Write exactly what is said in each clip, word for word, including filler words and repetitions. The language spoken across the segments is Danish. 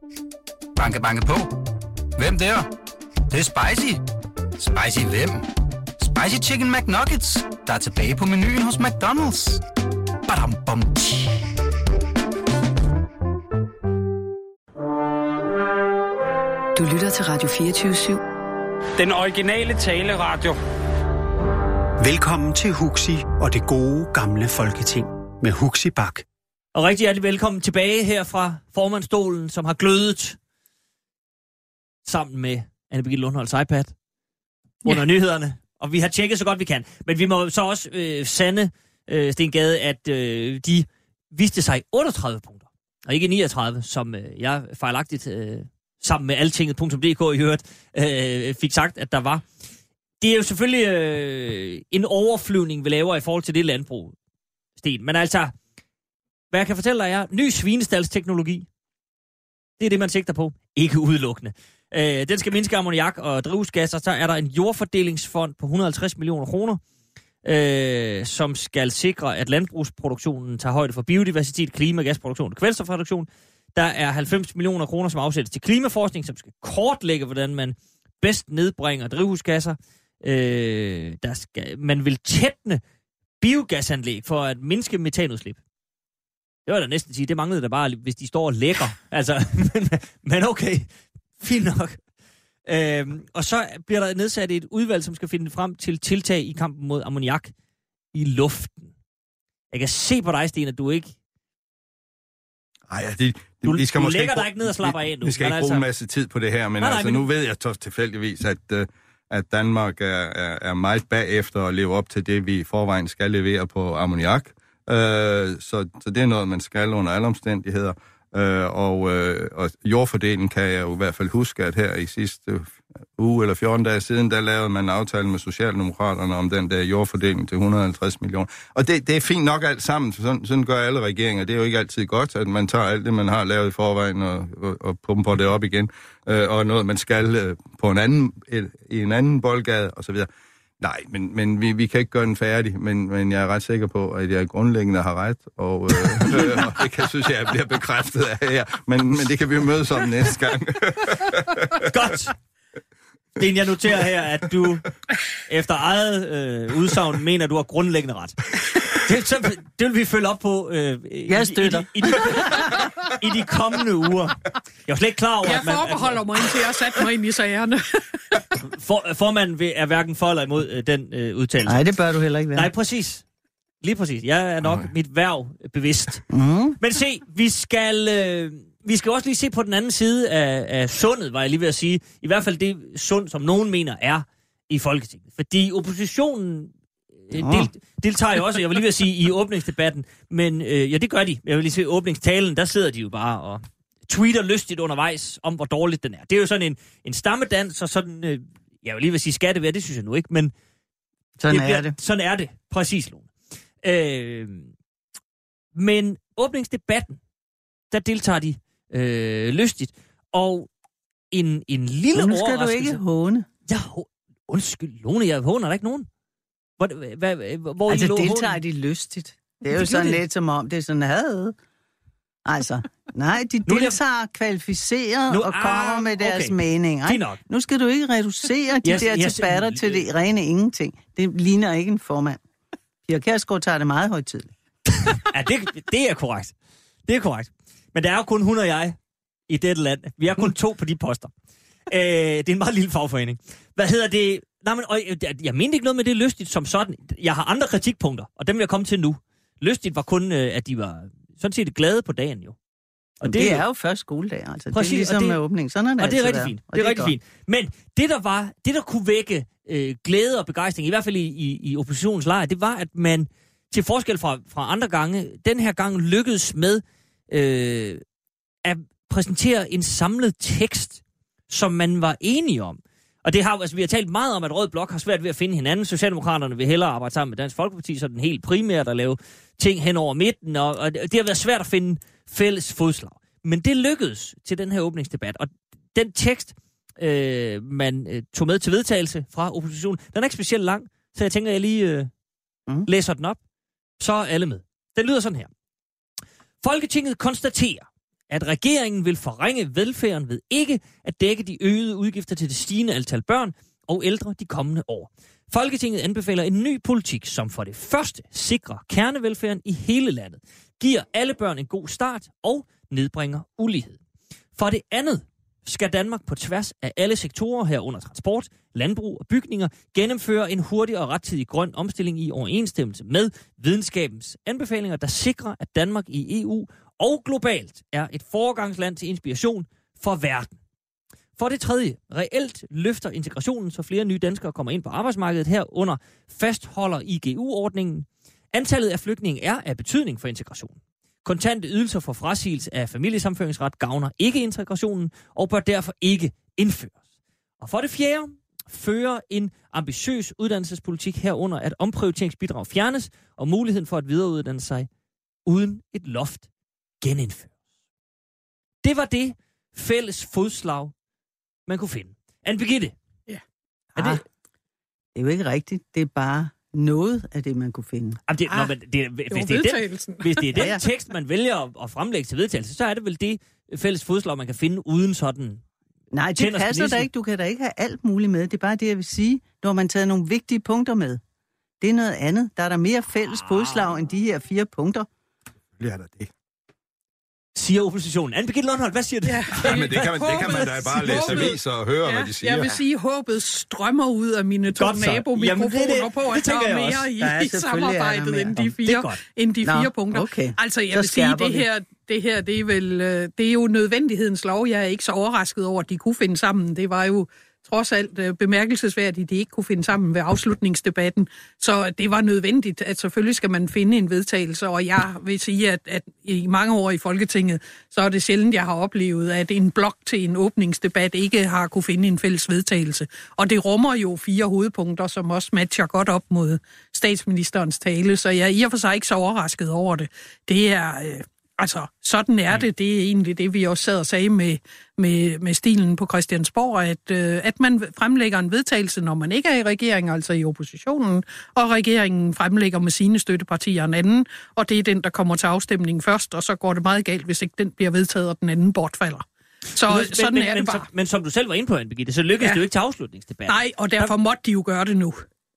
Banke, banke på. Hvem der? Det, det er spicy. Spicy hvem? Spicy Chicken McNuggets, der er tilbage på menuen hos McDonald's. Badum, bom, tji. Du lytter til Radio fireogtyve syv. Den originale taleradio. Velkommen til Huxi og det gode gamle Folketing med Huxi Bak. Og rigtig hjertelig velkommen tilbage her fra formandsstolen, som har glødet sammen med Anne Birgitte Lundholds iPad under ja. nyhederne. Og vi har tjekket så godt vi kan. Men vi må så også øh, sande, øh, Sten Gade, at øh, de viste sig otteogtredive punkter, og ikke niogtredive, som øh, jeg fejlagtigt øh, sammen med altinget punktum d k i øvrigt øh, fik sagt, at der var. Det er jo selvfølgelig øh, en overflyvning, vi laver i forhold til det landbrug, Sten. Men altså, hvad jeg kan fortælle dig er, ny svinestaldsteknologi, det er det, man sigter på. Ikke udelukkende. Øh, den skal mindske ammoniak og drivhusgasser. Så er der en jordfordelingsfond på et hundrede og halvtreds millioner kroner, øh, som skal sikre, at landbrugsproduktionen tager højde for biodiversitet, klima, gasproduktion og kvælstofreduktion. Der er halvfems millioner kroner, som afsættes til klimaforskning, som skal kortlægge, hvordan man bedst nedbringer drivhusgasser. Øh, der skal, man vil tætne biogasanlæg for at mindske metanudslip. Det var da næsten sige, det manglede der bare, hvis de står og lækker. Altså, men, men okay, fint nok. Øhm, og så bliver der nedsat et udvalg, som skal finde frem til tiltag i kampen mod ammoniak i luften. Jeg kan se på dig, Sten, at du ikke... Ej, ja, det, du, vi skal du måske lægger ikke, dig ikke ned og slapper af nu. Vi skal ikke altså... bruge en masse tid på det her, men nej, nej, altså, men... nu ved jeg så tilfældigvis, at, uh, at Danmark er, er, er meget bagefter at leve op til det, vi i forvejen skal levere på ammoniak. Uh, så, så det er noget, man skal under alle omstændigheder. Uh, og, uh, og jordfordelingen kan jeg jo i hvert fald huske, at her i sidste uge eller fjorten dage siden, der lavede man en aftale med Socialdemokraterne om den der jordfordeling til et hundrede og halvtreds millioner. Og det, det er fint nok alt sammen, sådan, sådan gør alle regeringer. Det er jo ikke altid godt, at man tager alt det, man har lavet i forvejen og, og, og pumper det op igen. Uh, og noget, man skal uh, på en anden, i en anden boldgade osv. Nej, men, men vi, vi kan ikke gøre den færdig, men, men jeg er ret sikker på, at jeg grundlæggende har ret, og, øh, og det kan, synes jeg, jeg bliver bekræftet af her. Men, men det kan vi jo mødes om næste gang. Godt! Sten, jeg noterer her, at du efter eget øh, udsagn mener, at du har grundlæggende ret. Det, så, det vil vi følge op på øh, jeg støtter. I, i, i, de, i de kommende uger. Jeg var slet ikke klar over, jeg at man... Jeg forbeholder mig indtil jeg har sat mig ind i sagerne. For, formanden er hverken for eller imod øh, den øh, udtalelse. Nej, det bør du heller ikke være. Nej, præcis. Lige præcis. Jeg er nok okay. mit værv bevidst. Mm. Men se, vi skal... Øh, Vi skal også lige se på den anden side af, af sundet, var jeg lige ved at sige. I hvert fald det sund, som nogen mener er i Folketinget. Fordi oppositionen øh, del, deltager jo også, jeg vil lige ved at sige, i åbningsdebatten. Men øh, ja, det gør de. Jeg vil lige se åbningstalen, der sidder de jo bare og tweeter lystigt undervejs om, hvor dårligt den er. Det er jo sådan en, en stammedans, og sådan, øh, jeg vil lige ved at sige skattevær, det synes jeg nu ikke, men... Sådan det bliver, er det. Sådan er det, præcis, Lone. Øh, men åbningsdebatten, der deltager de Øh, lystigt. Og en, en lille nu overraskelse... skal du ikke håne. Ja, undskyld, Lone, jeg håner da ikke nogen. Hvor, hvad, hvor altså, I lå deltager hånden? de lystigt. Det er jo det sådan det. Lidt som om, det er sådan, had. Altså, nej, de deltager jeg... kvalificeret nu, og kommer ah, med deres okay. meninger. Nu skal du ikke reducere de yes, der yes, debatter yes. til det rene ingenting. Det ligner ikke en formand. Pia Kjærsgaard tager det meget højtidligt. Ja, det, det er korrekt. Det er korrekt. Men der er jo kun hun og jeg i dette land. Vi er kun to på de poster. Øh, det er en meget lille fagforening. Hvad hedder det? Nej, men, og, jeg, jeg mente ikke noget med det lystigt som sådan. Jeg har andre kritikpunkter, og dem vil jeg komme til nu. Lystigt var kun, øh, at de var sådan set glade på dagen jo. Og det, det er jo først skoledag, altså. Præcis, det er ligesom det, med åbning. Sådan er det og det er rigtig været. fint. Det er, det er rigtig godt. fint. Men det der var, det der kunne vække øh, glæde og begejstring, i hvert fald i, i, i oppositionens lejr, det var, at man til forskel fra, fra andre gange, den her gang lykkedes med øh, at præsentere en samlet tekst, som man var enige om. Og det har, altså, vi har talt meget om, at Rød Blok har svært ved at finde hinanden. Socialdemokraterne vil hellere arbejde sammen med Dansk Folkeparti, så den helt primært at lave ting hen over midten, og, og det har været svært at finde fælles fodslag. Men det lykkedes til den her åbningsdebat, og den tekst, øh, man øh, tog med til vedtagelse fra oppositionen, den er ikke specielt lang, så jeg tænker, jeg lige øh, mm. læser den op, så er alle med. Den lyder sådan her. Folketinget konstaterer, at regeringen vil forringe velfærden ved ikke at dække de øgede udgifter til det stigende antal børn og ældre de kommende år. Folketinget anbefaler en ny politik, som for det første sikrer kernevelfærden i hele landet, giver alle børn en god start og nedbringer ulighed. For det andet skal Danmark på tværs af alle sektorer herunder transport, landbrug og bygninger gennemføre en hurtig og rettidig grøn omstilling i overensstemmelse med videnskabens anbefalinger, der sikrer, at Danmark i E U og globalt er et foregangsland til inspiration for verden. For det tredje, reelt løfter integrationen, så flere nye danskere kommer ind på arbejdsmarkedet herunder fastholder I G U-ordningen. Antallet af flygtninge er af betydning for integrationen. Kontante ydelser for frasigelse af familiesammenføringsret gavner ikke integrationen og bør derfor ikke indføres. Og for det fjerde, fører en ambitiøs uddannelsespolitik herunder, at omprioriteringsbidrag fjernes og muligheden for at videreuddanne sig uden et loft genindføres. Det var det fælles fodslag, man kunne finde. Anne Birgitte. Ja. Er det? Det er jo ikke rigtigt. Det er bare noget af det, man kunne finde. Jamen det, ah, når man, det, hvis, det det er den, hvis det er den ja, ja. tekst, man vælger at, at fremlægge til vedtagelse, så er det vel det fælles fodslag, man kan finde uden sådan... Nej, det passer da ikke. Du kan da ikke have alt muligt med. Det er bare det, jeg vil sige. Nu har man taget nogle vigtige punkter med. Det er noget andet. Der er der mere fælles ah. fodslag end de her fire punkter. Det er der det. Siger oppositionen. Anne Birgitte Lundholt, hvad siger du? Ja, ja men det kan, man, det kan man da bare læse aviser og høre, ja, hvad de siger. Jeg vil sige, at håbet strømmer ud af mine to nabomikrofoner på, at der er mere i, i samarbejdet end de fire, end de fire Nå, punkter. Okay. Altså, jeg vil sige, det her, det her, det er vel, det er jo nødvendighedens lov. Jeg er ikke så overrasket over, at de kunne finde sammen. Det var jo trods alt bemærkelsesværdigt, at de ikke kunne finde sammen ved afslutningsdebatten. Så det var nødvendigt, at selvfølgelig skal man finde en vedtagelse, og jeg vil sige, at, at i mange år i Folketinget, så er det sjældent, jeg har oplevet, at en blok til en åbningsdebat ikke har kunne finde en fælles vedtagelse. Og det rummer jo fire hovedpunkter, som også matcher godt op mod statsministerens tale, så jeg er i og for sig ikke så overrasket over det. Det er... Øh, Altså, sådan er det. Det er egentlig det, vi også sad og sagde med, med, med stilen på Christiansborg, at, øh, at man fremlægger en vedtagelse, når man ikke er i regeringen, altså i oppositionen, og regeringen fremlægger med sine støttepartier en anden, og det er den, der kommer til afstemning først, og så går det meget galt, hvis ikke den bliver vedtaget, og den anden bortfalder. Så men, sådan men, er men, det bare. Men, men som du selv var inde på, Anne Birgitte, så lykkedes ja. det jo ikke til afslutningsdebatten. Nej, og derfor måtte de jo gøre det nu.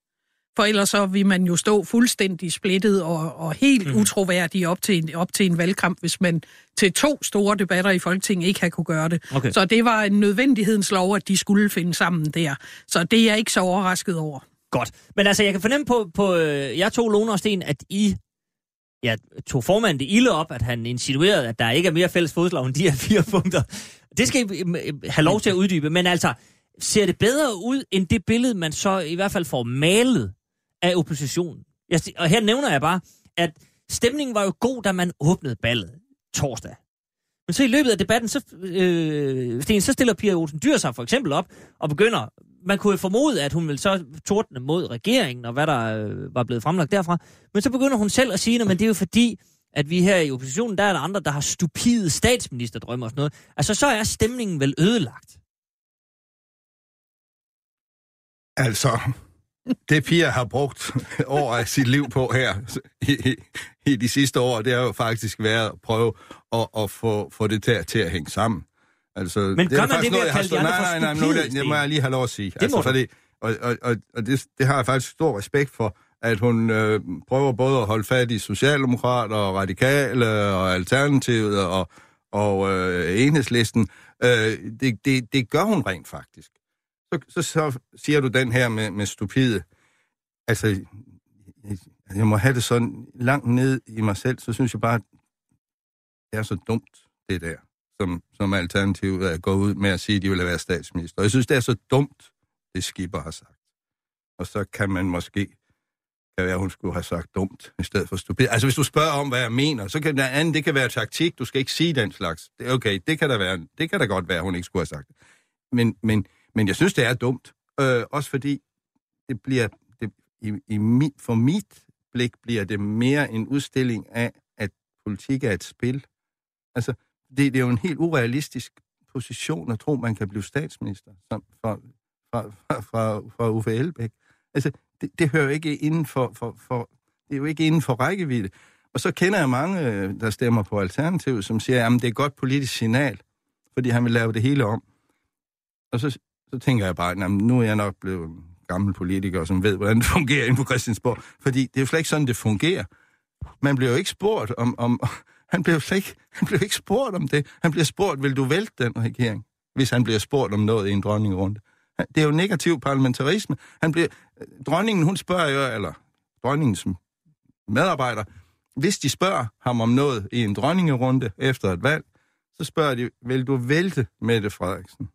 For ellers så vil man jo stå fuldstændig splittet og, og helt mm. utroværdig op til, en, op til en valgkamp, hvis man til to store debatter i Folketinget ikke har kunne gøre det. Okay. Så det var en nødvendighedens lov, at de skulle finde sammen der. Så det er jeg ikke så overrasket over. Godt. Men altså, jeg kan fornemme på, på jeg tog Lone og Sten, at I jeg tog formanden det ilde op, at han insinuerede, at der ikke er mere fælles fodslag end de her fire punkter. Det skal I have lov til at uddybe. Men altså, ser det bedre ud end det billede, man så i hvert fald får malet af oppositionen? Jeg, og her nævner jeg bare, at stemningen var jo god, da man åbnede ballet torsdag. Men så i løbet af debatten, så, øh, Sten, så stiller Pia Olsen Dyhr sig for eksempel op og begynder, man kunne formode, at hun ville så tordne mod regeringen og hvad der øh, var blevet fremlagt derfra. Men så begynder hun selv at sige, men det er jo fordi, at vi her i oppositionen, der er der andre, der har stupide statsministerdrømme og sådan noget. Altså så er stemningen vel ødelagt. Altså... Det Pia har brugt år af sit liv på her i, i, i de sidste år, det har jo faktisk været at prøve at, at få, få det til, til at hænge sammen. Altså, men det gør man det ved at kalde de andre for stupide? Nej, nej, nej, det må jeg lige have lov at sige. Altså, fordi, og og, og, og det, det har jeg faktisk stor respekt for, at hun øh, prøver både at holde fat i Socialdemokrater og Radikale og Alternativet og, og øh, Enhedslisten. Øh, det, det, det gør hun rent faktisk. Så, så, så siger du den her med, med stupide. Altså, jeg, jeg må have det sådan langt ned i mig selv, så synes jeg bare, det er så dumt, det der, som, som Alternativet er gået ud med at sige, at de vil være statsminister. Og jeg synes, det er så dumt, det Skipper har sagt. Og så kan man måske, kan være, hun skulle have sagt dumt, i stedet for stupid. Altså, hvis du spørger om, hvad jeg mener, så kan det andet, det kan være taktik, du skal ikke sige den slags. Det er okay, det kan da være, det kan da godt være, hun ikke skulle have sagt det. Men, men Men jeg synes, det er dumt. Øh, også fordi det bliver, det, i, i mit, for mit blik bliver det mere en udstilling af, at politik er et spil. Altså, det, det er jo en helt urealistisk position at tro, man kan blive statsminister som fra, fra, fra, fra, fra Uffe Elbæk. Altså, det, det hører jo ikke inden for, for, for, det er jo ikke inden for rækkevidde. Og så kender jeg mange, der stemmer på Alternativet, som siger, at det er et godt politisk signal, fordi han vil lave det hele om. Og så, så tænker jeg bare, at nu er jeg nok blevet gammel politiker, som ved, hvordan det fungerer inde på Christiansborg. Fordi det er jo slet ikke sådan, det fungerer. Man bliver jo ikke spurgt om... om han bliver jo ikke, han bliver ikke spurgt om det. Han bliver spurgt, vil du vælte den regering? Hvis han bliver spurgt om noget i en dronningerunde. Det er jo negativ parlamentarisme. Han bliver, dronningen, hun spørger jo, eller dronningens medarbejder, hvis de spørger ham om noget i en dronningerunde efter et valg, så spørger de, vil du vælte Mette Frederiksen?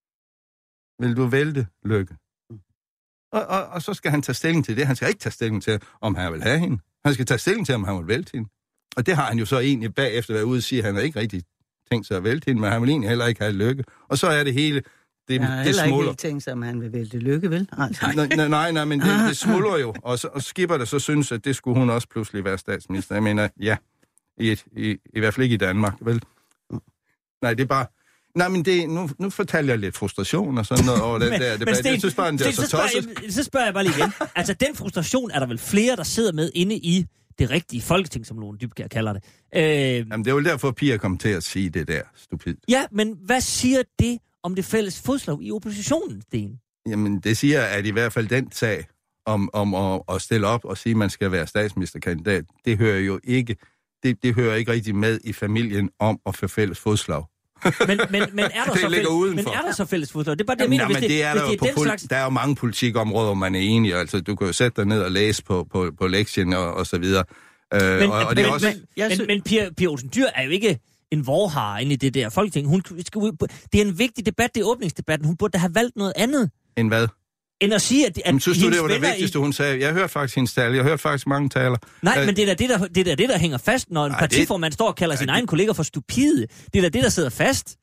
Vil du vælte Løkke? Og, og, og så skal han tage stilling til det. Han skal ikke tage stilling til, om han vil have hende. Han skal tage stilling til, om han vil vælte hende. Og det har han jo så egentlig bagefter været ude og sige, at han har ikke rigtig tænkt sig at vælte hende, men han vil egentlig heller ikke have Løkke. Og så er det hele... Det, jeg har det heller ikke tænkt sig, om han vil vælte Løkke, vel? Altså. Nej, nej, nej, men det, det smuldrer jo. Og, så, og Skipper der så synes, at det skulle hun også pludselig være statsminister. Jeg mener, ja, i, et, i, i hvert fald ikke i Danmark, vel? Nej, det er bare... Nej, men det, nu, nu fortæller jeg lidt frustration og sådan noget over den men, der debat. Sten, jeg synes bare, det er så tosset. Jeg, så spørger jeg bare lige igen. Altså, den frustration er der vel flere, der sidder med inde i det rigtige folketing, som Lone Dybkjær kalder det. Øh, Jamen, det er jo derfor, at Pia kom til at sige det der stupid. Ja, men hvad siger det om det fælles fodslag i oppositionen, Sten? Jamen, det siger, at i hvert fald den sag om, om at, at stille op og sige, at man skal være statsministerkandidat, det hører jo ikke, det, det hører ikke rigtig med i familien om at få fælles fodslag. men, men, men, er der så fælles, men er der så fælles fodslag? Det er bare det, jeg mener. Jamen, hvis det, det er hvis der, det er på, slags... der er jo mange politikområder, hvor man er enig. Altså, du kan jo sætte dig ned og læse på, på, på lektien og, og så videre. Men, øh, og, og det er men, også... men, men, men Pia, Pia Olsen Dyhr er jo ikke en vorhar inde i det der folketing. Hun skal ud på, det er en vigtig debat, det er åbningsdebatten. Hun burde have valgt noget andet. End hvad? End at sige, at, at men synes du, det var det vigtigste, i... hun sagde? Jeg hørte faktisk hendes tale. Jeg hørte faktisk mange taler. Nej, Æh... men det er da det, der, det, er det, der hænger fast, når en Ej, partiformand det... står og kalder sine egne kolleger for stupide. Det er da det, der sidder fast.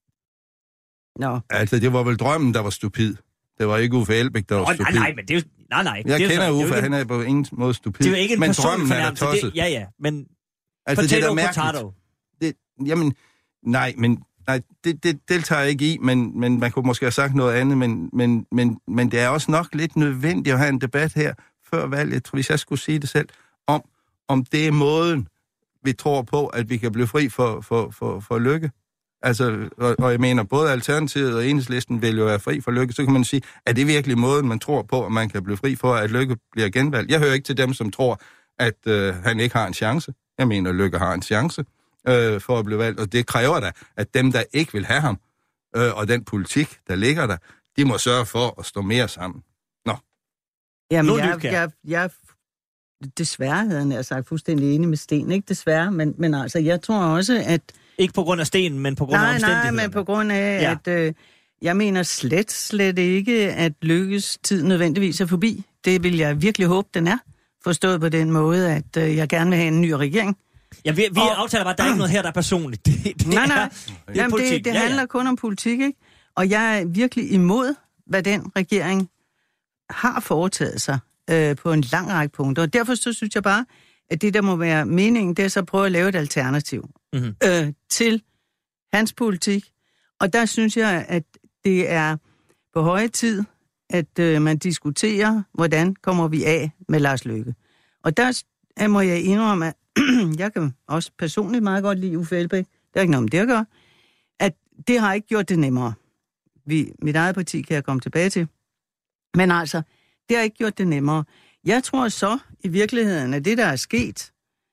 No. Altså, det var vel drømmen, der var stupid. Det var ikke Uffe Elbæk, der var oh, stupid. Nej, nej, men det er jo... Nej, nej. Jeg det kender så, Uffe, ikke... han er på ingen måde stupid. Det er jo ikke en men person fornærmelse. Det, ja, ja, men... Altså, potato, det er da mærkeligt. Det, jamen, nej, men... Nej, det, det deltager jeg ikke i, men, men man kunne måske have sagt noget andet, men, men, men, men det er også nok lidt nødvendigt at have en debat her før valget, hvis jeg skulle sige det selv, om, om det er måden, vi tror på, at vi kan blive fri for, for, for, for Løkke. Altså, og, og jeg mener, både Alternativet og Enhedslisten vil jo være fri for Løkke, så kan man sige, er det virkelig måden, man tror på, at man kan blive fri for, at Løkke bliver genvalgt? Jeg hører ikke til dem, som tror, at øh, han ikke har en chance. Jeg mener, at Løkke har en chance øh, for at blive valgt, og det kræver da, at dem, der ikke vil have ham, øh, og den politik, der ligger der, de må sørge for at stå mere sammen. Nå. Jamen, jeg, jeg, jeg desværre havde jeg sagt fuldstændig enig med Sten, ikke desværre, men, men altså, jeg tror også, at ikke på grund af stenen, men på grund nej, af omstændighederne. Nej, men på grund af, ja. at øh, jeg mener slet, slet ikke, at Løkkes tid nødvendigvis er forbi. Det vil jeg virkelig håbe, den er. Forstået på den måde, at øh, jeg gerne vil have en ny regering. Ja, vi, vi og, aftaler bare, at der er ikke noget her, der er personligt. Det, det nej, nej. Er, det, Jamen, det, det handler ja, ja. kun om politik, ikke? Og jeg er virkelig imod, hvad den regering har foretaget sig øh, på en lang række punkter. Og derfor så synes jeg bare, at det, der må være meningen, det er så at prøve at lave et alternativ mm-hmm. øh, til hans politik. Og der synes jeg, at det er på høje tid, at øh, man diskuterer, hvordan kommer vi af med Lars Løkke. Og der øh, må jeg indrømme, at jeg kan også personligt meget godt lide Uffe Elbæk. Der er ikke noget om det at gøre. At det har ikke gjort det nemmere. Vi, mit eget parti kan jeg komme tilbage til. Men altså, det har ikke gjort det nemmere. Jeg tror så i virkeligheden, at det, der er sket,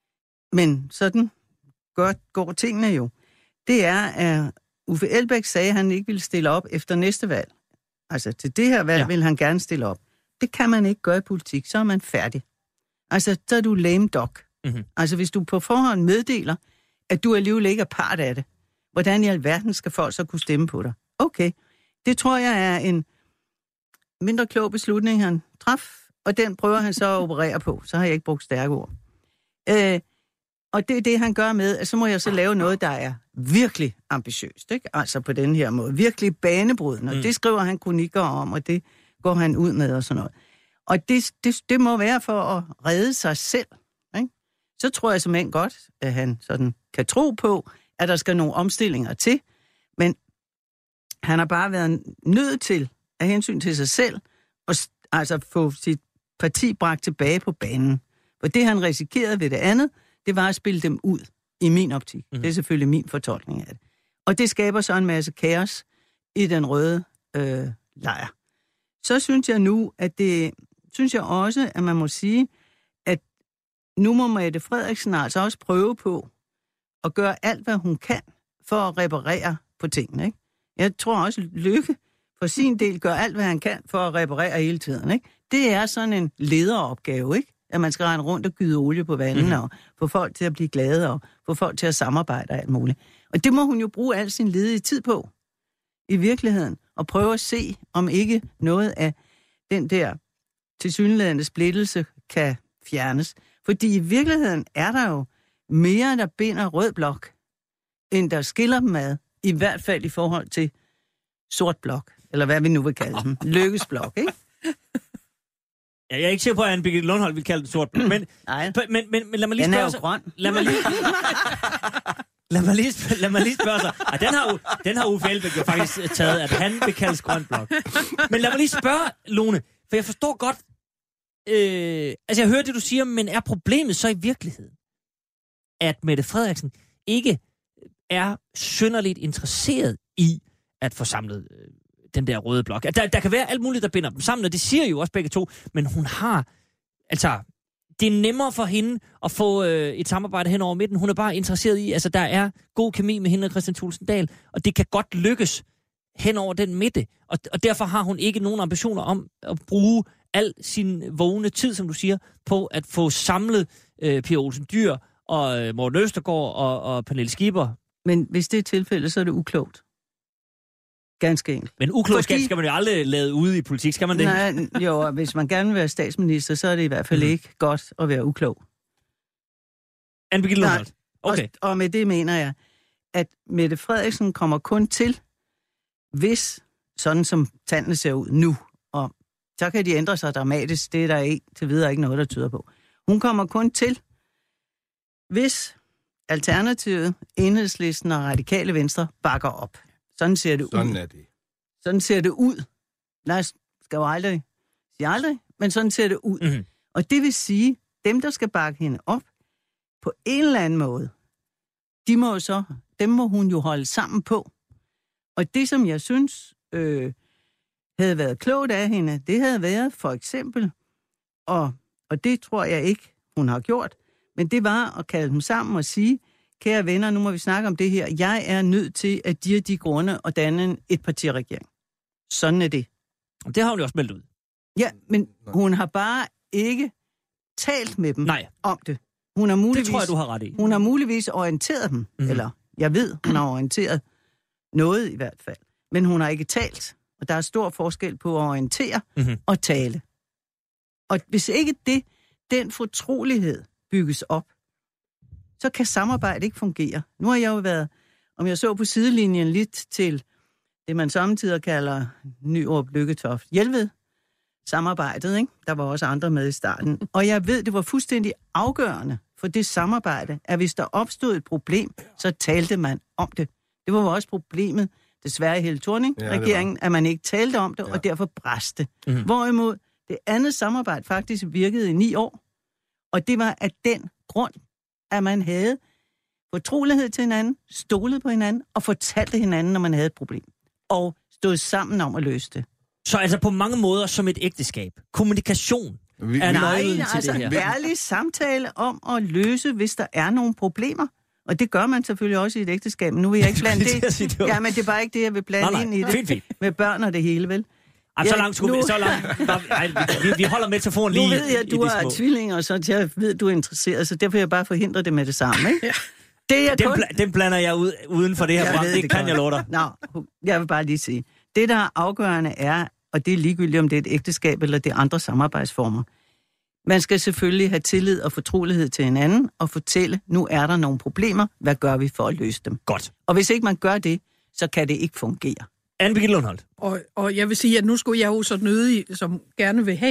men sådan godt går tingene jo, det er, at Uffe Elbæk sagde, at han ikke ville stille op efter næste valg. Altså til det her valg ja. vil han gerne stille op. Det kan man ikke gøre i politik, så er man færdig. Altså, så er du lame dog. Mm-hmm. Altså, hvis du på forhånd meddeler, at du alligevel ikke er part af det, hvordan i alverden skal folk så kunne stemme på dig? Okay, det tror jeg er en mindre klog beslutning, han traf, og den prøver han så at operere på. Så har jeg ikke brugt stærke ord. Øh, og det er det, han gør med, at så må jeg så lave noget, der er virkelig ambitiøst, ikke? Altså på den her måde. Virkelig banebrydende. Og mm. det skriver han kronikker om, og det går han ud med og sådan noget. Og det, det, det må være for at redde sig selv. Ikke? Så tror jeg simpelthen godt, at han sådan kan tro på, at der skal nogle omstillinger til. Men han har bare været nødt til, af hensyn til sig selv, at altså få sit parti bragt tilbage på banen. For det, han risikerede ved det andet, det var at spille dem ud, i min optik. Mm. Det er selvfølgelig min fortolkning af det. Og det skaber så en masse kaos i den røde øh, lejr. Så synes jeg nu, at det, synes jeg også, at man må sige, at nu må Mette Frederiksen altså også prøve på at gøre alt, hvad hun kan, for at reparere på tingene, ikke? Jeg tror også, Løkke for sin del gør alt, hvad han kan, for at reparere hele tiden, ikke? Det er sådan en lederopgave, ikke? At man skal rende rundt og gyde olie på vandet, mm-hmm. og få folk til at blive glade, og få folk til at samarbejde og alt muligt. Og det må hun jo bruge al sin ledige tid på, i virkeligheden, og prøve at se, om ikke noget af den der tilsyneladende splittelse kan fjernes. Fordi i virkeligheden er der jo mere, der binder rød blok, end der skiller dem ad, i hvert fald i forhold til sort blok, eller hvad vi nu vil kalde dem. Lykkes blok, ikke? Ja, jeg er ikke sikker på, at Anne-Birgitte Lundholt vil kalde det sort blok, men, men, men, men lad mig lige spørge sig... Den er jo grøn. Lad mig lige... Lad mig lige, lad mig lige spørge sig. Ah, den, har, den har Uffe Elbæk jo faktisk taget, at han vil kaldes grøn blok. Men lad mig lige spørge, Lone, for jeg forstår godt... Øh, altså, jeg hører det, du siger, men er problemet så i virkeligheden, at Mette Frederiksen ikke er synderligt interesseret i at få samlet øh, den der røde blok? Der, der kan være alt muligt, der binder dem sammen, og det siger jo også begge to, men hun har... Altså... Det er nemmere for hende at få øh, et samarbejde hen over midten. Hun er bare interesseret i, altså der er god kemi med hende og Kristian Thulesen Dahl, og det kan godt lykkes hen over den midte. Og, og derfor har hun ikke nogen ambitioner om at bruge al sin vågne tid, som du siger, på at få samlet øh, Pia Olsen Dyhr og øh, Morten Østergaard og, og Pernille Skipper. Men hvis det er tilfældet, så er det uklogt. Ganske enkelt. Men uklogskab Fordi... skal man jo aldrig lade ude i politik, skal man det? Nej, jo, hvis man gerne vil være statsminister, så er det i hvert fald mm. ikke godt at være uklog. Anne-Birgitte Lundholt. Okay. Og, og med det mener jeg, at Mette Frederiksen kommer kun til, hvis, sådan som tallene ser ud nu, og så kan de ændre sig dramatisk, det er der ikke, til videre ikke noget, der tyder på. Hun kommer kun til, hvis Alternativet, Enhedslisten og Radikale Venstre bakker op. Sådan ser det sådan ud. Er det. Sådan ser det ud. Lad os, skal jo aldrig sige aldrig, men sådan ser det ud. Mm-hmm. Og det vil sige, dem, der skal bakke hende op, på en eller anden måde, de må så, dem må hun jo holde sammen på. Og det, som jeg synes øh, havde været klogt af hende, det havde været for eksempel, og, og det tror jeg ikke, hun har gjort, men det var at kalde dem sammen og sige, kære venner, nu må vi snakke om det her. Jeg er nødt til at de de grunde og danne en etpartiregering. Sådan er det. Det har hun jo også meldt ud. Ja, men hun har bare ikke talt med dem Nej. om det. Hun har muligvis, det tror jeg, du har ret i. Hun har muligvis orienteret dem, mm-hmm. eller jeg ved, hun har orienteret noget i hvert fald. Men hun har ikke talt, og der er stor forskel på at orientere mm-hmm. og tale. Og hvis ikke det, den fortrolighed bygges op, så kan samarbejde ikke fungere. Nu har jeg jo været, om jeg så på sidelinjen, lidt til det, man samtidig kalder Nyrup Lykketoft Jelved samarbejdet, ikke? Der var også andre med i starten. Og jeg ved, det var fuldstændig afgørende for det samarbejde, at hvis der opstod et problem, så talte man om det. Det var jo også problemet, desværre i Helle Thorning-regeringen, ja, at man ikke talte om det, ja. Og derfor bræste. Mm-hmm. Hvorimod det andet samarbejde faktisk virkede i ni år, og det var af den grund, at man havde fortrolighed til hinanden, stolet på hinanden og fortalte hinanden, når man havde et problem. Og stod sammen om at løse det. Så altså på mange måder som et ægteskab. Kommunikation vi, er nøglen til altså det her. Nej, altså ærlig samtale om at løse, hvis der er nogle problemer. Og det gør man selvfølgelig også i et ægteskab. Nu vil jeg ikke blande det. Ja, men det er bare ikke det, jeg vil blande nej, nej. ind i det. Fint, fint. Med børn og det hele, vel? Jamen, så langt skulle nu... vi, så langt. Nej, vi, vi holder metaforen lige. Nu ved jeg, at du har tvillinger, så jeg ved, du er interesseret, så derfor vil jeg bare forhindre det med det samme, ikke? Ja. Det er den, kun... bl- den blander jeg ud uden for det her program. Det, det kan jeg love dig. Nå, jeg vil bare lige sige. Det, der er afgørende er, og det er ligegyldigt, om det er et ægteskab eller det er andre samarbejdsformer. Man skal selvfølgelig have tillid og fortrolighed til hinanden og fortælle, nu er der nogle problemer, hvad gør vi for at løse dem? Godt. Og hvis ikke man gør det, så kan det ikke fungere. Anne-Birgitte Lundholt. Og, og jeg vil sige, at nu skulle jeg jo så nødig, som gerne vil have,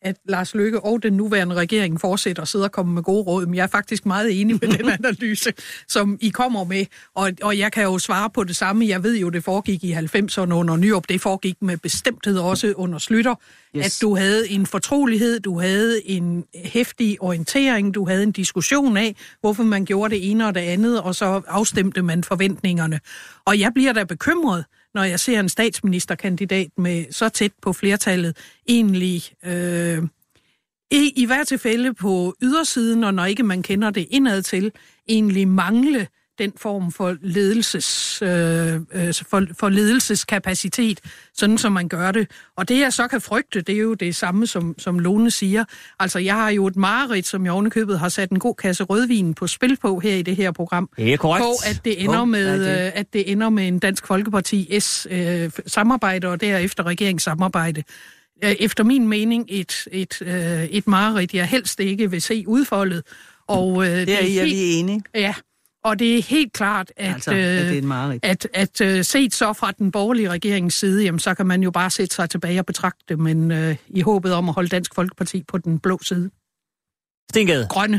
at Lars Løkke og den nuværende regering fortsætter og sidder og kommer med gode råd. Men jeg er faktisk meget enig med den analyse, som I kommer med. Og, og jeg kan jo svare på det samme. Jeg ved jo, det foregik i halvfemserne under Nyrup. Det foregik med bestemthed også under Schlüter. Yes. At du havde en fortrolighed, du havde en heftig orientering, du havde en diskussion af, hvorfor man gjorde det ene og det andet, og så afstemte man forventningerne. Og jeg bliver da bekymret, når jeg ser en statsministerkandidat med så tæt på flertallet, egentlig øh, i, i hvert tilfælde på ydersiden, og når ikke man kender det indad til, egentlig mangle den form for, ledelses, øh, for, for ledelseskapacitet, sådan som man gør det. Og det, jeg så kan frygte, det er jo det samme, som, som Lone siger. Altså, jeg har jo et mareridt, som jeg ovenikøbet har sat en god kasse rødvin på spil på her i det her program. Det er korrekt. På, at det ender, oh, med, det. At det ender med en Dansk Folkeparti S-samarbejde, øh, og derefter regeringssamarbejde. Efter min mening et, et, øh, et mareridt, jeg helst ikke vil se udfoldet. Og, øh, det er, det er I, er vi enige? Ja. Og det er helt klart, at, altså, øh, at, at, at uh, set så fra den borgerlige regerings side, jamen, så kan man jo bare sætte sig tilbage og betragte det, men øh, i håbet om at holde Dansk Folkeparti på den blå side. Stengade. Grønne.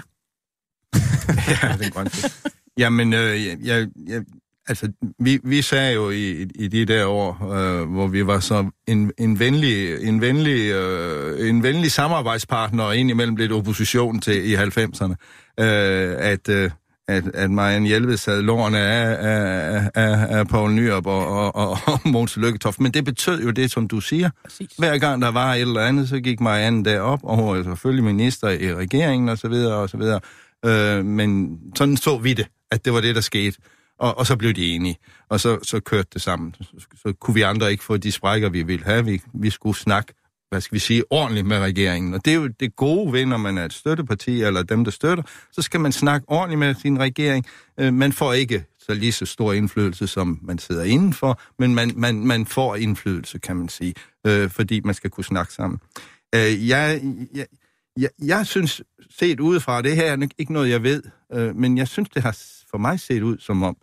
Ja, den grønne side. Jamen, øh, jeg, jeg, altså, vi, vi sagde jo i, i de der år, øh, hvor vi var så en, en venlig, en venlig, øh, en venlig samarbejdspartner, og indimellem lidt opposition til i halvfemserne, øh, at... Øh, at, at Marianne Jelved sad lårene af, af, af, af Poul Nyrup og, og, og, og Mogens Lykketoft. Men det betød jo det, som du siger. Præcis. Hver gang der var et eller andet, så gik Marianne derop, og hun var selvfølgelig minister i regeringen og så videre og så videre. Øh, men sådan så vi det, at det var det, der skete. Og, og så blev de enige, og så, så kørte det sammen. Så, så kunne vi andre ikke få de sprækker, vi ville have. Vi, vi skulle snakke, hvad skal vi sige, ordentligt med regeringen. Og det er jo det gode ved, når man er et støtteparti, eller dem, der støtter, så skal man snakke ordentligt med sin regering. Man får ikke så lige så stor indflydelse, som man sidder indenfor, men man, man, man får indflydelse, kan man sige, øh, fordi man skal kunne snakke sammen. Øh, jeg, jeg, jeg, jeg synes, set udefra, det her er ikke noget, jeg ved, øh, men jeg synes, det har for mig set ud som om,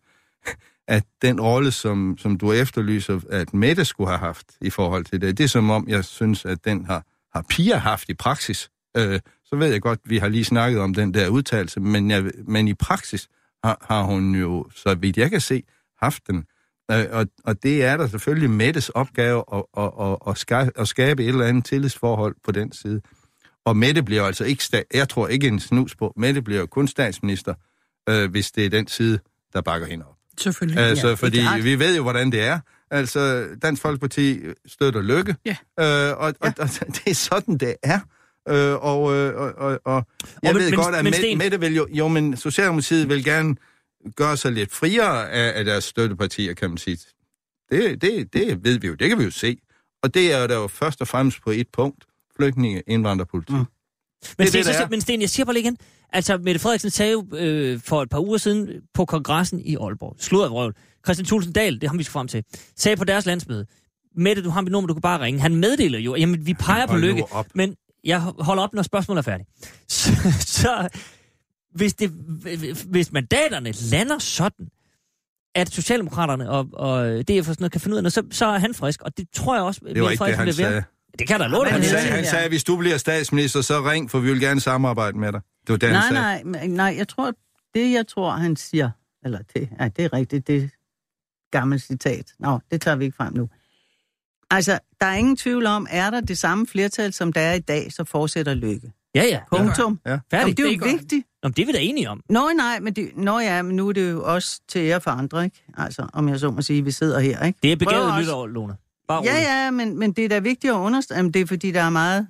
at den rolle, som, som du efterlyser, at Mette skulle have haft i forhold til det, det er som om, jeg synes, at den har, har Pia haft i praksis. Øh, så ved jeg godt, vi har lige snakket om den der udtalelse, men, jeg, men i praksis har, har hun jo, så vidt jeg kan se, haft den. Øh, og, og det er der selvfølgelig Mettes opgave at, at, at, at, skabe, at skabe et eller andet tillidsforhold på den side. Og Mette bliver altså ikke, sta- jeg tror ikke en snus på, Mette bliver kun statsminister, øh, hvis det er den side, der bakker hende op. Selvfølgelig. Altså, ja, fordi vi ved jo, hvordan det er. Altså, Dansk Folkeparti støtter Løkke, ja. øh, og, ja. og, og det er sådan, det er. Øh, og, og, og, og jeg og, ved men, godt, at men, Mette, Mette vil jo, jo, men Socialdemokratiet vil gerne gøre sig lidt friere af, af deres støttepartier, kan man sige. Det, det, det ved vi jo, det kan vi jo se. Og det er jo der jo først og fremmest på et punkt, flygtninge, indvandrerpolitik. Mm. Men, Sten, det, men Sten, jeg siger bare lige igen, altså Mette Frederiksen sagde jo øh, for et par uger siden på kongressen i Aalborg, sluddervrøvl, Christian Thulesen Dahl, det har vi skal frem til, sagde på deres landsmøde, Mette, du har mit nummer, du kan bare ringe. Han meddeler jo, jamen vi peger på Lykke, men jeg holder op, når spørgsmålet er færdigt. Så, så hvis, det, hvis mandaterne lander sådan, at Socialdemokraterne og, og D F og sådan noget kan finde ud af noget, så, så er han frisk, og det tror jeg også, det var ikke det, han sagde. Det kan der love han, sagde, han sagde, hvis du bliver statsminister, så ring, for vi vil gerne samarbejde med dig. Det var det, nej, han sagde. Nej, nej, jeg tror, det jeg tror, han siger, eller det, ja, det er rigtigt, det er gammelt citat. Nå, det tager vi ikke frem nu. Altså, der er ingen tvivl om, er der det samme flertal, som der er i dag, så fortsætter Lykke. Ja, ja. Punktum. Ja. Færdigt. Det er jo vigtigt. Nå, det er vi da enige om. Nå, nej, men, det, nå, ja, men nu er det jo også til ære for andre, ikke? Altså, om jeg så må sige, vi sidder her, ikke? Det er begavet nytår, Lone. Bare ja, ja, men, men det er da vigtigt at understrege, det er fordi, der er meget,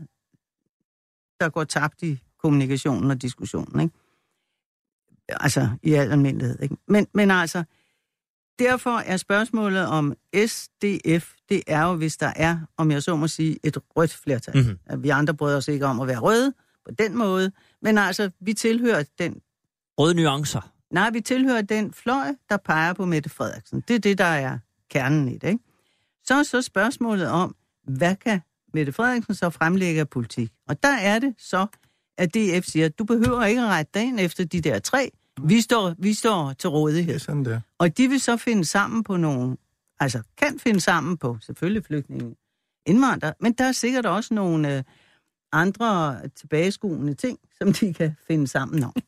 der går tabt i kommunikationen og diskussionen, ikke? Altså, i al almindelighed, ikke? Men, men altså, derfor er spørgsmålet om S D F, det er jo, hvis der er, om jeg så må sige, et rødt flertal. Mm-hmm. Vi andre bryder os ikke om at være røde på den måde, men altså, vi tilhører den... Røde nuancer. Nej, vi tilhører den fløj, der peger på Mette Frederiksen. Det er det, der er kernen i det, ikke? Så er så spørgsmålet om, hvad kan Mette Frederiksen så fremlægge af politik? Og der er det så, at D F siger, at du behøver ikke at rette dig ind efter de der tre. Vi står, vi står til rådighed. Det er sådan, det er. Og de vil så finde sammen på nogle, altså kan finde sammen på selvfølgelig flygtninge, indvandrere, men der er sikkert også nogle øh, andre tilbageskuende ting, som de kan finde sammen om.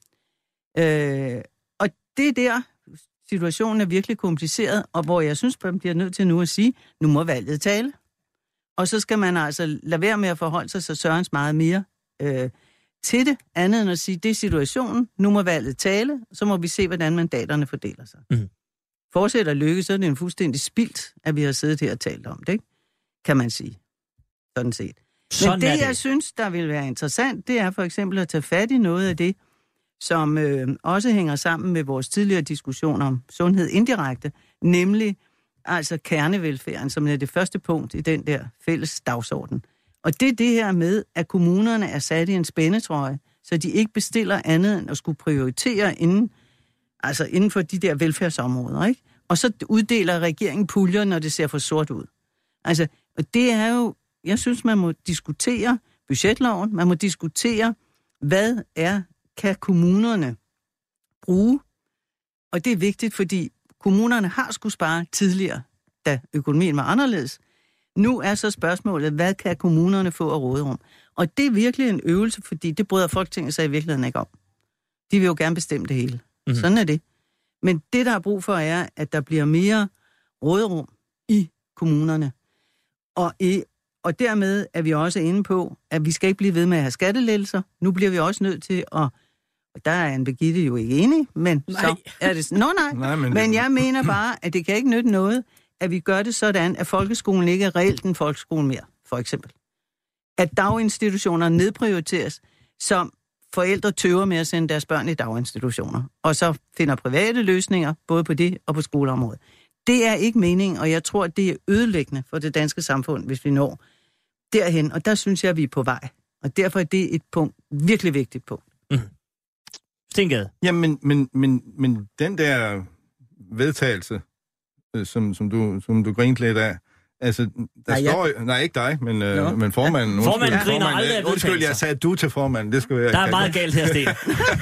øh, og det er der, situationen er virkelig kompliceret, og hvor jeg synes, man bliver nødt til nu at sige, nu må valget tale. Og så skal man altså lade være med at forholde sig så sørens meget mere øh, til det, andet end at sige, det er situationen, nu må valget tale, så må vi se, hvordan mandaterne fordeler sig. Mm. Fortsætter Lykke, så er det en fuldstændig spildt, at vi har siddet her og talt om det, ikke? Kan man sige. Sådan set. Sådan Men det, det, jeg synes, der vil være interessant, det er for eksempel at tage fat i noget af det, som øh, også hænger sammen med vores tidligere diskussion om sundhed indirekte, nemlig altså kernevelfærden, som er det første punkt i den der fælles dagsorden. Og det er det her med, at kommunerne er sat i en spændetrøje, så de ikke bestiller andet end at skulle prioritere inden, altså inden for de der velfærdsområder, ikke? Og så uddeler regeringen puljer, når det ser for sort ud. Altså, og det er jo, jeg synes, man må diskutere budgetloven, man må diskutere, hvad er, kan kommunerne bruge? Og det er vigtigt, fordi kommunerne har skulle spare tidligere, da økonomien var anderledes. Nu er så spørgsmålet, hvad kan kommunerne få af råderum? Og det er virkelig en øvelse, fordi det bryder Folketinget sig i virkeligheden ikke om. De vil jo gerne bestemme det hele. Mm-hmm. Sådan er det. Men det, der er brug for, er, at der bliver mere råderum i kommunerne. Og, i, og dermed er vi også inde på, at vi skal ikke blive ved med at have skattelettelser. Nu bliver vi også nødt til at... Og der er en Birgitte jo ikke enig, men nej. Så er det... Nå nej, nej men, men jeg mener bare, at det kan ikke nytte noget, at vi gør det sådan, at folkeskolen ikke er reelt en folkeskole mere, for eksempel. At daginstitutioner nedprioriteres, som forældre tøver med at sende deres børn i daginstitutioner, og så finder private løsninger, både på det og på skoleområdet. Det er ikke meningen, og jeg tror, det er ødelæggende for det danske samfund, hvis vi når derhen, og der synes jeg, at vi er på vej. Og derfor er det et punkt, virkelig vigtigt punkt. Mm. Stengade. Jamen, men, men, men den der vedtagelse, som, som, du, som du grinte lidt af, altså, der nej, står jo... Nej, ikke dig, men, øh, men formanden... Ja. Formanden griner formanden, aldrig af vedtagelser. Undskyld, jeg sagde du til formanden, det skulle jeg... Der er meget galt her, Sten.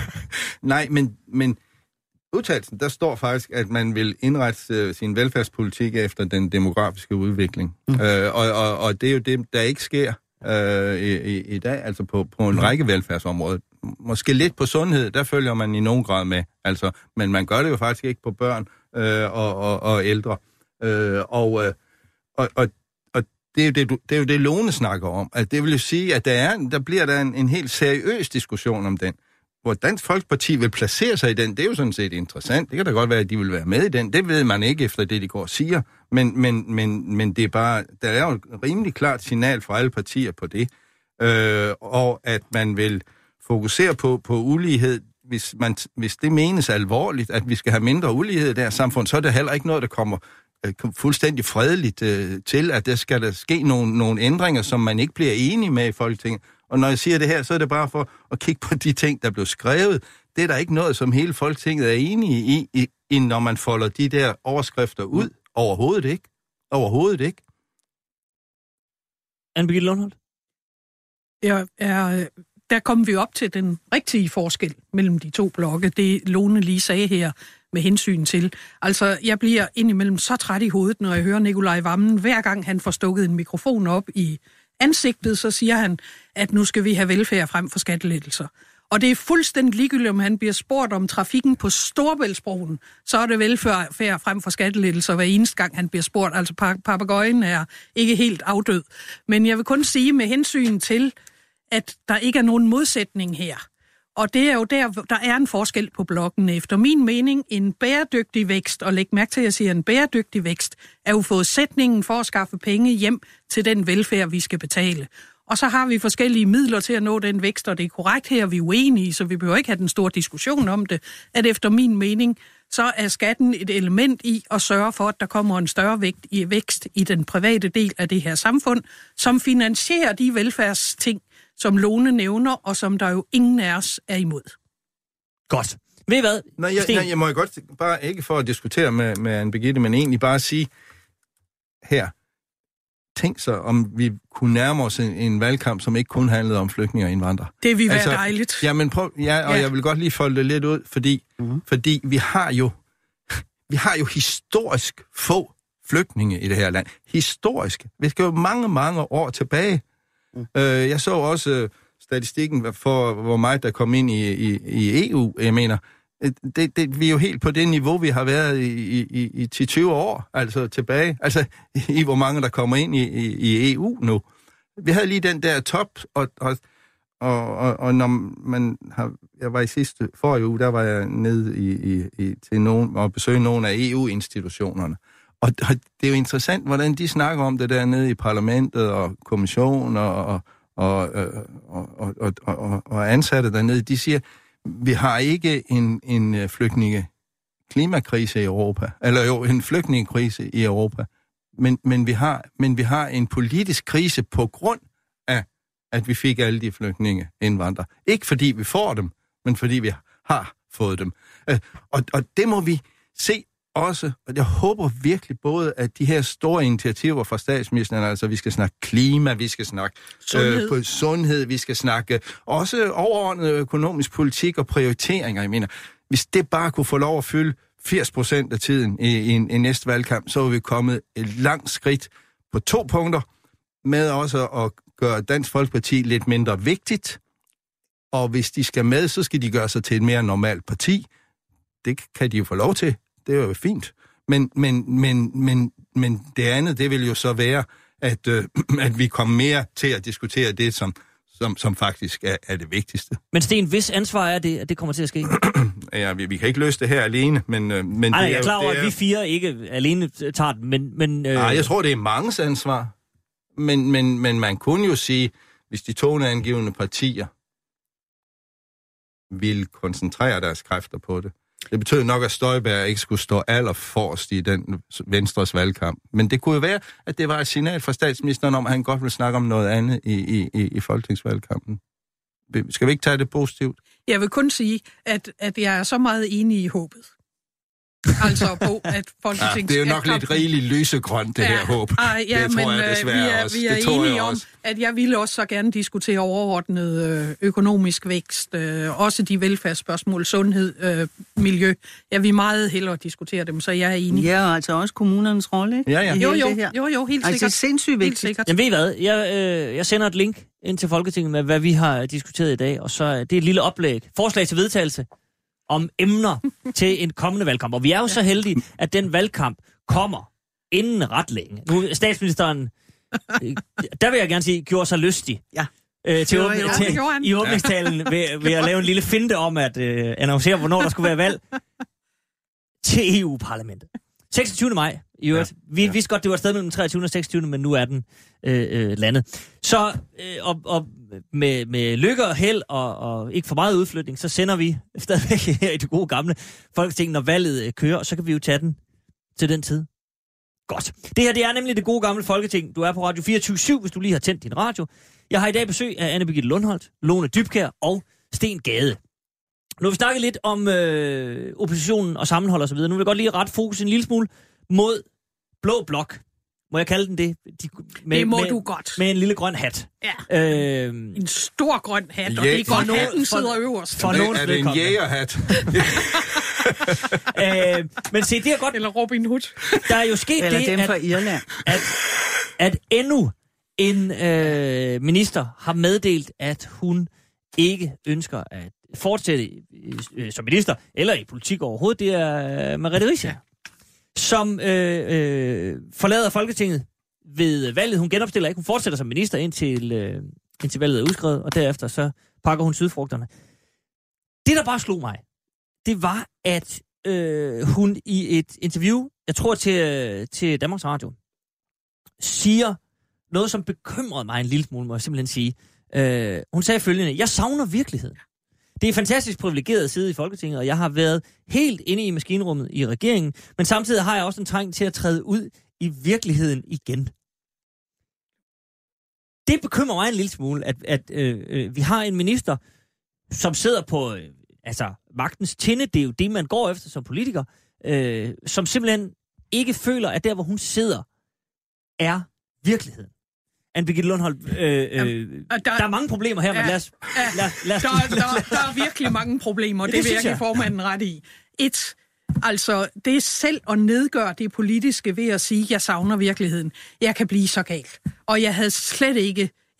Nej, men, men udtalelsen, der står faktisk, at man vil indrette uh, sin velfærdspolitik efter den demografiske udvikling. Mm. Uh, og, og, og det er jo det, der ikke sker uh, i, i, i dag, altså på, på en mm. række velfærdsområder. Måske lidt på sundhed, der følger man i nogen grad med, altså, men man gør det jo faktisk ikke på børn uh, og, og, og ældre. Uh, og, uh, og, og, og det er jo det, du, det, er jo det Lone snakker om. At det vil jo sige, at der, er, der bliver der en, en helt seriøs diskussion om den. Hvor Dansk Folkeparti vil placere sig i den, det er jo sådan set interessant. Det kan da godt være, at de vil være med i den. Det ved man ikke efter det, de går og siger. Men, men, men, men det er bare, der er jo et rimelig klart signal fra alle partier på det. Øh, og at man vil fokusere på, på ulighed. Hvis, man, hvis det menes alvorligt, at vi skal have mindre ulighed i det her samfund, så er det heller ikke noget, der kommer øh, fuldstændig fredeligt øh, til, at der skal der ske nogle, nogle ændringer, som man ikke bliver enige med i Folketinget. Og når jeg siger det her, så er det bare for at kigge på de ting, der blev skrevet. Det er der ikke noget, som hele Folketinget er enige i, i, i når man folder de der overskrifter ud. Overhovedet ikke. Overhovedet ikke. Anne-Birgitte Lundholt? Ja, er, der kommer vi op til den rigtige forskel mellem de to blokke. Det Lone lige sagde her med hensyn til. Altså, jeg bliver indimellem så træt i hovedet, når jeg hører Nikolaj Wammen. Hver gang han får stukket en mikrofon op i ansigtet, så siger han, at nu skal vi have velfærd frem for skattelettelser. Og det er fuldstændig ligegyldigt, om han bliver spurgt om trafikken på Storebæltsbroen, så er det velfærd frem for skattelettelser hver eneste gang, han bliver spurgt. Altså, papegøjen er ikke helt afdød. Men jeg vil kun sige med hensyn til, at der ikke er nogen modsætning her. Og det er jo der, der er en forskel på blokken. Efter min mening, en bæredygtig vækst, og læg mærke til, at jeg siger, en bæredygtig vækst, er jo forudsætningen for at skaffe penge hjem til den velfærd, vi skal betale. Og så har vi forskellige midler til at nå den vækst, og det er korrekt her, vi er uenige, så vi behøver ikke have den store diskussion om det, at efter min mening, så er skatten et element i at sørge for, at der kommer en større vægt i vækst i den private del af det her samfund, som finansierer de velfærdsting, som Lone nævner, og som der jo ingen af os er imod. Godt. Ved I hvad? Nej, jeg, nej, jeg må godt, bare ikke for at diskutere med, med Anne-Birgitte, men egentlig bare sige her, tænk så, om vi kunne nærme os en, en valgkamp, som ikke kun handlede om flygtninge og indvandrere. Det vil være altså, dejligt. Jamen prøv, ja, og ja. Jeg vil godt lige folde det lidt ud, fordi, mm-hmm. fordi vi har jo vi har jo historisk få flygtninge i det her land. Historisk. Vi skal jo mange, mange år tilbage. Mm. Øh, jeg så også øh, statistikken for, hvor meget der kom ind i, i, i E U. Jeg mener, det, det, vi er jo helt på det niveau, vi har været i, i, i ti til tyve år, altså tilbage. Altså, i hvor mange der kommer ind i, i, i E U nu. Vi havde lige den der top, og, og, og, og, og når man har... Jeg var i sidste forrige uge, der var jeg nede i, i, i, til nogen, og besøge nogle af E U-institutionerne. Og, og det er jo interessant, hvordan de snakker om det der nede i parlamentet og kommissionen og, og, og, og, og, og, og, og ansatte dernede. De siger, vi har ikke en, en flygtninge klimakrise i Europa, eller jo, en flygtningekrise i Europa, men, men, vi har, men vi har en politisk krise på grund af, at vi fik alle de flygtninge indvandrere. Ikke fordi vi får dem, men fordi vi har fået dem. Og, og det må vi se også, og jeg håber virkelig både, at de her store initiativer fra statsministeren, altså vi skal snakke klima, vi skal snakke sundhed, øh, på sundhed vi skal snakke også overordnet økonomisk politik og prioriteringer. Jeg mener, hvis det bare kunne få lov at fylde firs procent af tiden i, i, i næste valgkamp, så er vi kommet et langt skridt på to punkter, med også at gøre Dansk Folkeparti lidt mindre vigtigt, og hvis de skal med, så skal de gøre sig til et mere normalt parti. Det kan de jo få lov til. Det er jo fint. Men, men, men, men, men det andet, det vil jo så være, at, øh, at vi kommer mere til at diskutere det, som, som, som faktisk er, er det vigtigste. Men Sten, hvis ansvar er det, at det kommer til at ske? Ja, vi, vi kan ikke løse det her alene, men... Øh, men Ej, det jeg er klar over, er, at vi fire ikke alene tager den, men... men øh... Nej, jeg tror, det er manges ansvar. Men, men, men man kunne jo sige, hvis de toneangivende partier vil koncentrere deres kræfter på det. Det betød nok, at Støjberg ikke skulle stå allerforrest i den Venstres valgkamp. Men det kunne jo være, at det var et signal fra statsministeren om, at han godt vil snakke om noget andet i, i, i, i folketingsvalgkampen. Skal vi ikke tage det positivt? Jeg vil kun sige, at, at jeg er så meget enig i håbet. Altså på, at Folketings... Ja, det er jo nok lidt rigeligt lysegrønt, det ja, her håb. Ej, ja, det tror men, jeg desværre vi er, også. Vi er det enige om, også. at jeg ville også så gerne diskutere overordnet økonomisk vækst, øh, også de velfærdsspørgsmål, sundhed, øh, miljø. Jeg vil meget hellere diskutere dem, så jeg er enig. Ja, altså også kommunernes rolle, ikke? Ja, ja. Jo, jo, jo, jo, helt sikkert. Altså, det er sindssygt vigtigt. Jamen ved I hvad? Jeg, øh, jeg sender et link ind til Folketinget med, hvad vi har diskuteret i dag, og så det er et lille oplæg. Forslag til vedtagelse om emner til en kommende valgkamp. Og vi er jo så heldige, at den valgkamp kommer inden ret længe. Nu statsministeren, der vil jeg gerne sige, gjorde sig lystig. Ja. Øh, til åbne, til, i åbningstalen ved, ved at lave en lille finte om at øh, annoncere, hvornår der skulle være valg til E U-parlamentet. seksogtyvende maj, i øvrigt. Ja. Vi vidste godt, det var et sted mellem treogtyvende og seksogtyvende, men nu er den øh, øh, landet. Så, øh, og, og med, med lykke og held og, og ikke for meget udflytning, så sender vi stadigvæk her i det gode gamle Folketing, når valget øh, kører, og så kan vi jo tage den til den tid. Godt. Det her, det er nemlig det gode gamle Folketing. Du er på Radio fireogtyve syv, hvis du lige har tændt din radio. Jeg har i dag besøg af Anne Birgitte Lundholt, Lone Dybkjær og Sten Gade. Nu har vi snakket lidt om øh, oppositionen og sammenhold og så videre. Nu vil jeg godt lige rette fokus en lille smule mod Blå Blok. Må jeg kalde den det? De, med, det må med, du godt. Med en lille grøn hat. Ja. Øh, en stor grøn hat, og det er godt, hatten sidder øverst. For nogen er det en jægerhat? øh, men se, det er godt... Eller Robin Hood. Der er jo sket Eller det, dem at, fra Irland. At, at endnu en øh, minister har meddelt, at hun ikke ønsker at fortsætte øh, som minister, eller i politik overhovedet. Det er Merete Riisager, som øh, øh, forlader Folketinget ved valget. Hun genopstiller ikke. Hun fortsætter som minister indtil, øh, indtil valget er udskrevet, og derefter så pakker hun sydfrugterne. Det, der bare slog mig, det var, at øh, hun i et interview, jeg tror til, til Danmarks Radio, siger noget, som bekymrede mig en lille smule, må jeg simpelthen sige. Øh, hun sagde følgende: jeg savner virkeligheden. Det er fantastisk privilegeret at sidde i Folketinget, og jeg har været helt inde i maskinrummet i regeringen, men samtidig har jeg også en trang til at træde ud i virkeligheden igen. Det bekymrer mig en lille smule, at, at øh, øh, vi har en minister, som sidder på øh, altså magtens tinde, det er jo det, man går efter som politiker, øh, som simpelthen ikke føler, at der, hvor hun sidder, er virkeligheden. Anne Birgitte Lundholt, øh, øh, der, der er mange problemer her, men ja, lad os... Lad, lad os der, der, der, der er virkelig mange problemer, det, det vil jeg give formanden ret i. Et, altså, det er selv at nedgøre det politiske ved at sige, jeg savner virkeligheden. Jeg kan blive så galt. Og jeg havde slet ikke,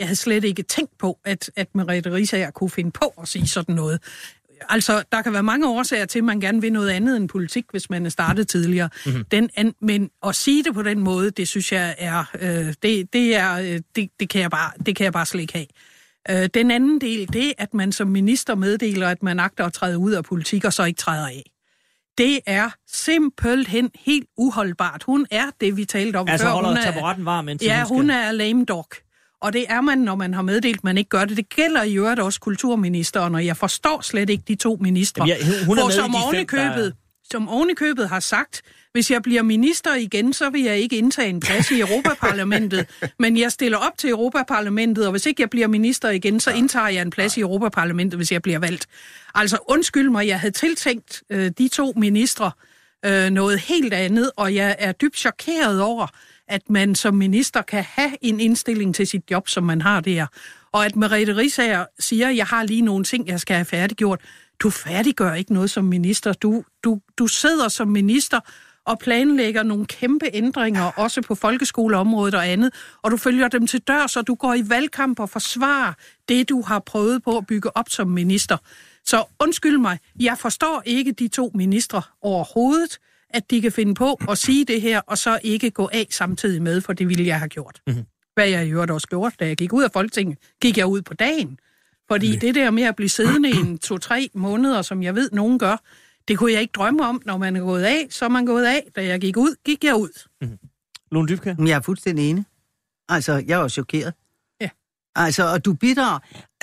Jeg havde slet ikke tænkt på, at, at Merete Riisager kunne finde på at sige sådan noget. Altså, der kan være mange årsager til, at man gerne vil noget andet end politik, hvis man er startet tidligere. Mm-hmm. Den an, men at sige det på den måde, det synes jeg er, øh, det, det, er øh, det, det, kan jeg bare, det kan jeg bare slet ikke have. Øh, den anden del, det at man som minister meddeler, at man agter at træde ud af politik, og så ikke træder af. Det er simpelthen helt uholdbart. Hun er det, vi talte om altså, før. Altså holder taburetten varm, mens ja, hun skal... hun er lame dog. Og det er man, når man har meddelt, at man ikke gør det. Det gælder i øvrigt også kulturministeren, og jeg forstår slet ikke de to ministre. Jamen, ja, hun er med som i de fem, købet, der... som ovenikøbet har sagt, hvis jeg bliver minister igen, så vil jeg ikke indtage en plads i Europaparlamentet, men jeg stiller op til Europaparlamentet, og hvis ikke jeg bliver minister igen, så indtager jeg en plads i Europaparlamentet, hvis jeg bliver valgt. Altså undskyld mig, jeg havde tiltænkt øh, de to ministre øh, noget helt andet, og jeg er dybt chokeret over, at man som minister kan have en indstilling til sit job, som man har der. Og at Merete Riisager siger, jeg har lige nogle ting, jeg skal have færdiggjort. Du færdiggør ikke noget som minister. Du, du, du sidder som minister og planlægger nogle kæmpe ændringer, også på folkeskoleområdet og andet, og du følger dem til dør, så du går i valgkamp og forsvarer det, du har prøvet på at bygge op som minister. Så undskyld mig, jeg forstår ikke de to ministre overhovedet, at de kan finde på at sige det her, og så ikke gå af samtidig med, for det ville jeg have gjort. Mm-hmm. Hvad jeg i øvrigt også gjort, da jeg gik ud af Folketinget, gik jeg ud på dagen. Fordi det der med at blive siddende i en to-tre måneder, som jeg ved, nogen gør, det kunne jeg ikke drømme om, når man er gået af, så er man gået af. Da jeg gik ud, gik jeg ud. Mm-hmm. Lone Dybkjær? Jeg er fuldstændig enig. Altså, jeg var chokeret. Ja. Altså, og du bidrager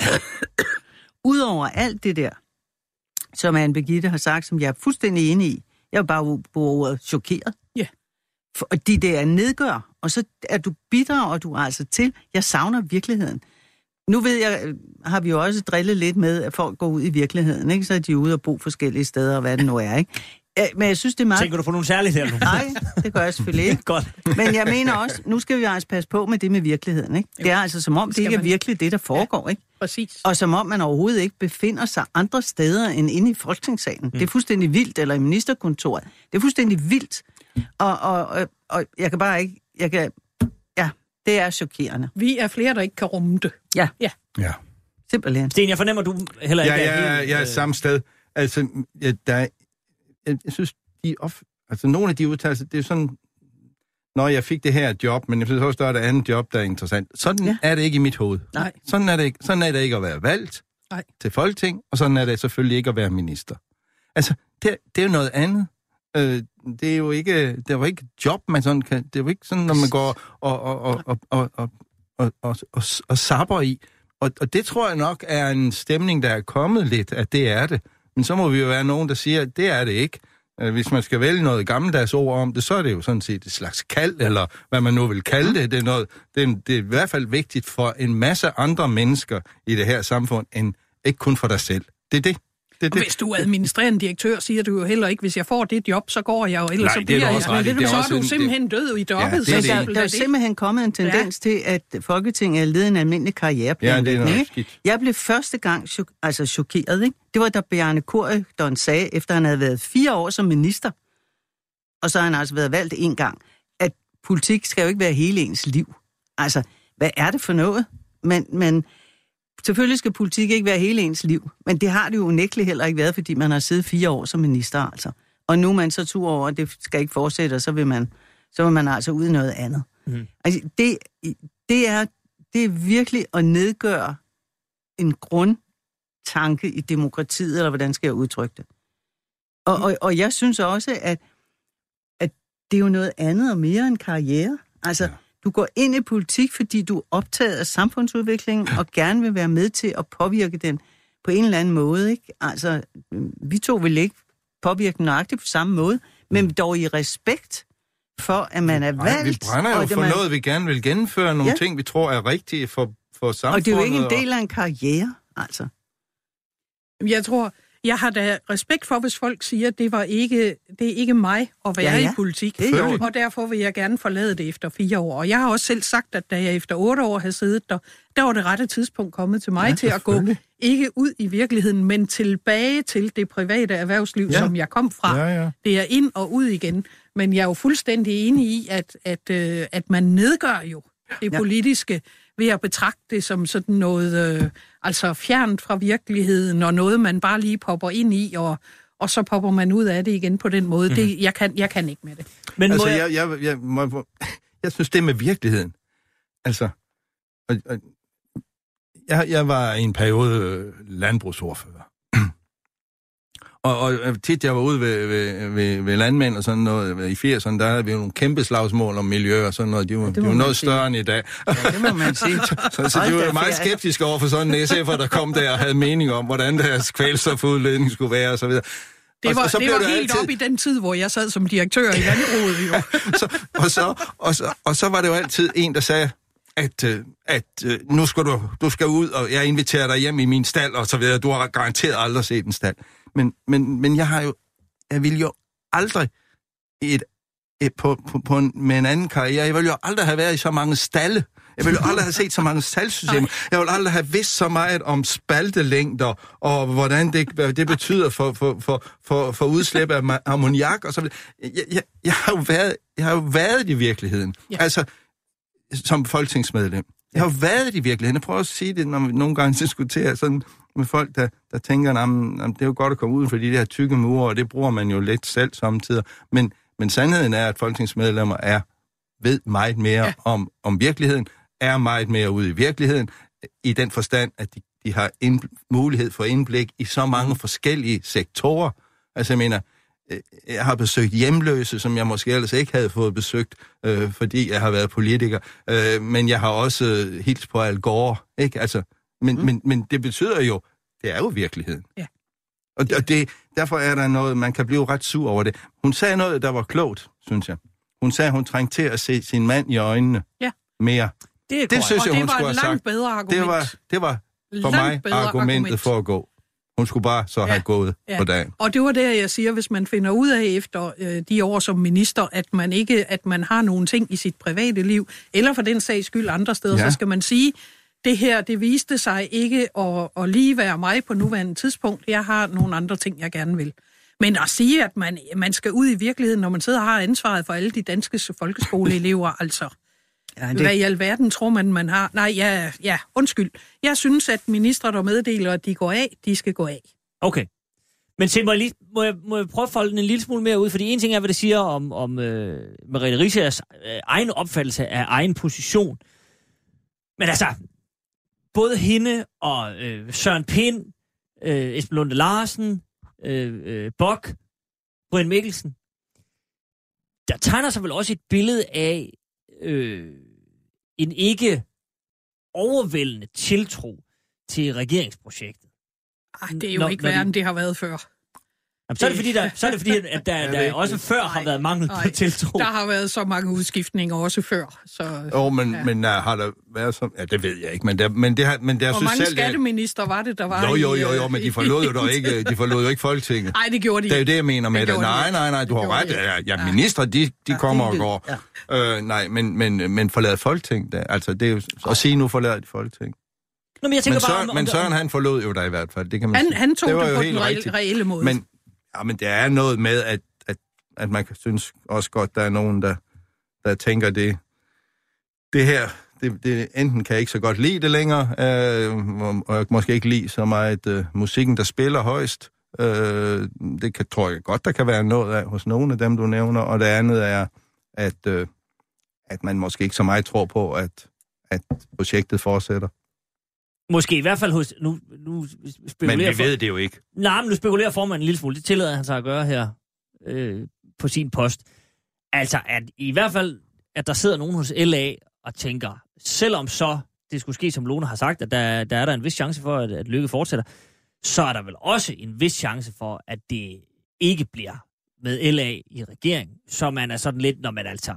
udover alt det der, som Anne Birgitte har sagt, som jeg er fuldstændig enig i. Jeg vil bare bruge ordet chokeret. Ja. Fordi det er nedgør, og så er du bidrager du altså til, jeg savner virkeligheden. Nu ved jeg, har vi jo også drillet lidt med, at folk går ud i virkeligheden, ikke? Så er de ude og bo forskellige steder, og hvad det nu er, ikke? Men jeg synes, det er meget... Tænker du på nogle særligt her nu? Nej, det gør jeg selvfølgelig ikke. Godt. Men jeg mener også, nu skal vi altså passe på med det med virkeligheden, ikke? Det er altså som om, det, det ikke er virkelig det, der foregår, ja, ikke? Præcis. Og som om man overhovedet ikke befinder sig andre steder end inde i Folketingssalen. Mm. Det er fuldstændig vildt, eller i ministerkontoret. Det er fuldstændig vildt. Og, og, og, og jeg kan bare ikke... Jeg kan, ja, det er chokerende. Vi er flere, der ikke kan rumme det. Ja. Ja. Ja. Simpelthen. Sten, jeg fornemmer, du heller ikke ja, er ja, helt... Jeg er samme sted. Altså, jeg, der, jeg, jeg synes, de of, altså nogle af de udtalelser, det er sådan, når jeg fik det her job, men jeg synes også, der er det andet job, der er interessant. Sådan ja. er det ikke i mit hoved. Nej. Sådan er det ikke, sådan er det ikke at være valgt Nej. til Folketing, og sådan er det selvfølgelig ikke at være minister. Altså, det, det er jo noget andet. Øh, det er jo ikke, det er jo ikke job, man sådan kan, det er jo ikke sådan, når man går og, og, og, og, og, og, og, og, og, og sapper i. Og, og det tror jeg nok er en stemning, der er kommet lidt, at det er det. Men så må vi jo være nogen, der siger, at det er det ikke. Hvis man skal vælge noget gammeldags ord om det, så er det jo sådan set et slags kald, eller hvad man nu vil kalde det. Det er, noget, det er, det er i hvert fald vigtigt for en masse andre mennesker i det her samfund, end ikke kun for dig selv. Det er det. Det, det. Hvis du er administrerende direktør, siger du jo heller ikke, hvis jeg får det job, så går jeg jo, ellers Nej, så bliver jeg. Men det, det så er du en, simpelthen det, død i dobbelt. Ja, det, så der, der er simpelthen kommet en tendens ja. til, at Folketinget er ledet en almindelig karriereplanlægning. Ja, det er jeg blev første gang chok- altså chokeret, ikke? Det var da Bjarne Corydon sagde, efter han havde været fire år som minister, og så har han altså været valgt en gang, at politik skal jo ikke være hele ens liv. Altså, hvad er det for noget? Men, men selvfølgelig skal politik ikke være hele ens liv, men det har det jo unægteligt heller ikke været, fordi man har siddet fire år som minister, altså. Og nu er man så to år, og det skal ikke fortsætte, og så vil man, så vil man altså ud i noget andet. Mm. Altså, det, det, er, det er virkelig at nedgøre en grundtanke i demokratiet, eller hvordan skal jeg udtrykke det? Og, og, og jeg synes også, at, at det er jo noget andet og mere end karriere. Altså, ja. Du går ind i politik, fordi du er optaget af samfundsudviklingen og gerne vil være med til at påvirke den på en eller anden måde, ikke? Altså, vi to vil ikke påvirke den nøjagtigt på samme måde, men dog i respekt for, at man er valgt. Nej, vi brænder jo for man... noget, vi gerne vil gennemføre, nogle ja. ting, vi tror er rigtige for, for samfundet. Og det er jo ikke en del af en karriere, altså. Jeg tror... Jeg har da respekt for, hvis folk siger, at det var ikke, det er ikke mig at være ja, ja. i politik. Og derfor vil jeg gerne forlade det efter fire år. Og jeg har også selv sagt, at da jeg efter otte år havde siddet der, der var det rette tidspunkt kommet til mig ja, til at gå ikke ud i virkeligheden, men tilbage til det private erhvervsliv, ja. som jeg kom fra. Ja, ja. Det er ind og ud igen. Men jeg er jo fuldstændig enig i, at, at, at man nedgør jo det ja. politiske ved at betragte det som sådan noget, øh, altså fjernt fra virkeligheden, og noget, man bare lige popper ind i, og, og så popper man ud af det igen på den måde. Mm-hmm. Det, jeg, kan, jeg kan ikke med det. Men altså, jeg... Jeg, jeg, jeg, må, jeg synes, det med virkeligheden, altså, jeg, jeg, jeg var i en periode landbrugsordfører. Og, og tit jeg var ude ved, ved, ved, ved landmænd og sådan noget, i firserne, der havde vi jo nogle kæmpe slagsmål om miljø og sådan noget. De var, ja, de var noget sige. større end i dag. Ja, det må man sige. så, så de var meget skeptiske over for sådan en S F'er, der kom der og havde mening om, hvordan deres kvælstofudledning skulle være og så videre. Det var, og, og så det var det helt altid... op i den tid, hvor jeg sad som direktør i landbruget, jo. så, og, så, og, så, og så var det jo altid en, der sagde, at, at nu skal du, du skal ud, og jeg inviterer dig hjem i min stald, og så videre. Du har garanteret aldrig set en stald. Men, men, men jeg har jo, jeg vil jo aldrig et, et, på, på, på en, med en anden karriere, jeg vil jo aldrig have været i så mange stalle. Jeg vil jo aldrig have set så mange staldsystemer. Jeg vil aldrig have vidst så meget om spaltelængder, og hvordan det, det betyder for, for, for, for, for udslip af ammoniak og så videre. Jeg, jeg, jeg, har jo været, jeg har jo været i virkeligheden. Ja. Altså, som folketingsmedlem. Jeg har jo været i virkeligheden. Jeg prøver at sige det, når vi nogle gange diskuterer sådan med folk, der, der tænker, at det er jo godt at komme ud for de der tykke mure, og det bruger man jo lidt selv samtidig. Men, men sandheden er, at folketingsmedlemmer er ved meget mere ja. om, om virkeligheden, er meget mere ude i virkeligheden, i den forstand, at de, de har ind, mulighed for indblik i så mange forskellige sektorer. Altså jeg mener, jeg har besøgt hjemløse, som jeg måske ellers ikke havde fået besøgt, øh, fordi jeg har været politiker. Øh, men jeg har også øh, hilst på Al Gore, ikke? Altså, men, mm. men, men det betyder jo, det er jo virkeligheden. Ja. Og, og det, derfor er der noget, man kan blive ret sur over det. Hun sagde noget, der var klogt, synes jeg. Hun sagde, hun trængte til at se sin mand i øjnene ja. mere. Det, er det synes jeg, hun skulle have sagt. Bedre argument. Det var, det var for langt mig argumentet argument. for at gå. Hun skulle bare så have ja, gået ja. på dagen. Og det var det, jeg siger, hvis man finder ud af efter øh, de år som minister, at man ikke, at man har nogle ting i sit private liv, eller for den sags skyld andre steder, ja. så skal man sige, det her, det viste sig ikke at, at lige være mig på nuværende tidspunkt. Jeg har nogle andre ting, jeg gerne vil. Men at sige, at man, man skal ud i virkeligheden, når man sidder og har ansvaret for alle de danske folkeskoleelever, altså... Ja, det... Hvad i alverden tror man, man har? Nej, ja, ja, undskyld. Jeg synes, at ministre, der meddeler, at de går af, de skal gå af. Okay. Men se, må, jeg lige, må, jeg, må jeg prøve at folde den en lille smule mere ud? Fordi en ting er, hvad det siger om, om øh, Merete Riisagers øh, egen opfattelse af egen position. Men altså, både hende og øh, Søren Pind, øh, Esben Lunde Larsen, øh, øh, Bock, Brian Mikkelsen, der tegner sig vel også et billede af øh, en ikke overvældende tiltro til regeringsprojektet. Ej, det er jo når, ikke værre, end det har været før. Jamen, så er det fordi, der, så er det fordi at der, der også før nej, har været mangel nej, på tiltro. Der har været så mange udskiftninger også før. Så, jo, men, ja. men uh, har der været så... Ja, det ved jeg ikke, men, der, men det har... Men der, hvor mange selv, skatteminister var det, der var jo, jo, jo, jo, men de forlod jo dog ikke, de forlod jo ikke Folketinget. Nej, det gjorde de. Det er jo det, jeg mener med det. det. Nej, nej, nej, du det har ret. Ja, ja, ministre, de, de ja, kommer og går. Ja. Øh, nej, men, men, men forlader Folketinget, da. Altså, det er jo... At sige, nu forlader de Folketinget. Nå, men jeg tænker men, bare, Søren, om, men Søren, han forlod jo der i hvert fald. Det kan man han, sige. han tog det, det på den reelle, reelle måde. Men, ja, men der er noget med, at, at, at man kan synes også godt, der er nogen, der, der tænker, det, det her, det, det, enten kan jeg ikke så godt lide det længere, øh, og jeg måske ikke lide så meget øh, musikken, der spiller højst. Øh, det kan, tror jeg godt, der kan være noget af hos nogle af dem, du nævner. Og det andet er, at, øh, at man måske ikke så meget tror på, at, at projektet fortsætter. Måske i hvert fald hos... Nu, nu men vi for... ved det jo ikke. Nej, men nu spekulerer formanden en lille smule. Det tillader han sig at gøre her øh, på sin post. Altså, at i hvert fald, at der sidder nogen hos L A og tænker, selvom så det skulle ske, som Lone har sagt, at der, der er der en vis chance for, at, at Løkke fortsætter, så er der vel også en vis chance for, at det ikke bliver med L A i regeringen. Så man er sådan lidt, når man altså...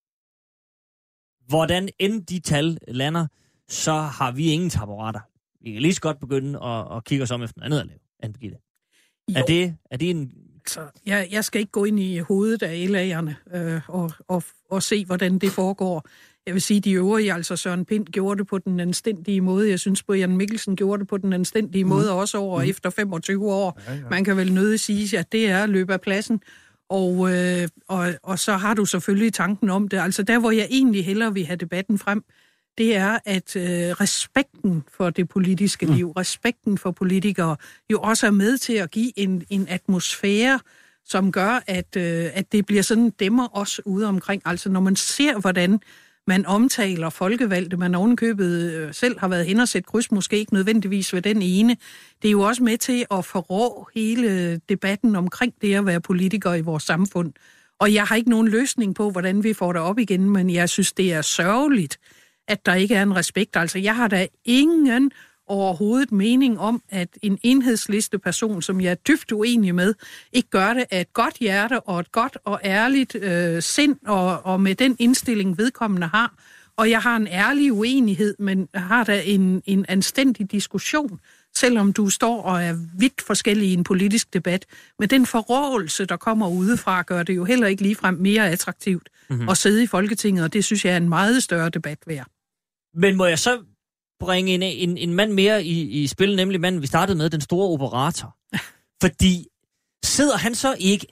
Hvordan end de tal lander, så har vi ingen taburetter. Vi kan lige så godt begynde at, at kigge os om efter noget andet at lave, Anne Birgitte. Er det, er det en... Så jeg, jeg skal ikke gå ind i hovedet af L A'erne øh, og, og, og se, hvordan det foregår. Jeg vil sige, de øvrige, altså Søren Pind, gjorde det på den anstændige måde. Jeg synes, Brian Mikkelsen gjorde det på den anstændige mm. måde, også over mm. efter femogtyve år. Ja, ja. Man kan vel nødig sige, at det er løb af pladsen. Og, øh, og, og så har du selvfølgelig tanken om det. Altså der, hvor jeg egentlig hellere vil have debatten frem, det er, at øh, respekten for det politiske liv, mm. respekten for politikere, jo også er med til at give en, en atmosfære, som gør, at, øh, at det bliver sådan dæmmer os ude omkring. Altså når man ser, hvordan man omtaler folkevalgte, man ovenkøbet øh, selv har været hen og sætte kryds, måske ikke nødvendigvis ved den ene. Det er jo også med til at forrå hele debatten omkring det at være politiker i vores samfund. Og jeg har ikke nogen løsning på, hvordan vi får det op igen, men jeg synes, det er sørgeligt, at der ikke er en respekt. Altså, jeg har da ingen overhovedet mening om, at en enhedsliste person, som jeg er dybt uenig med, ikke gør det af et godt hjerte og et godt og ærligt øh, sind, og, og med den indstilling, vedkommende har. Og jeg har en ærlig uenighed, men har da en, en anstændig diskussion, selvom du står og er vidt forskellig i en politisk debat. Men den forrådelse, der kommer udefra, gør det jo heller ikke ligefrem mere attraktivt mm-hmm. at sidde i Folketinget, og det synes jeg er en meget større debat værd. Men må jeg så bringe en, en, en mand mere i, i spil, nemlig manden, vi startede med, den store operator. Fordi sidder han så ikke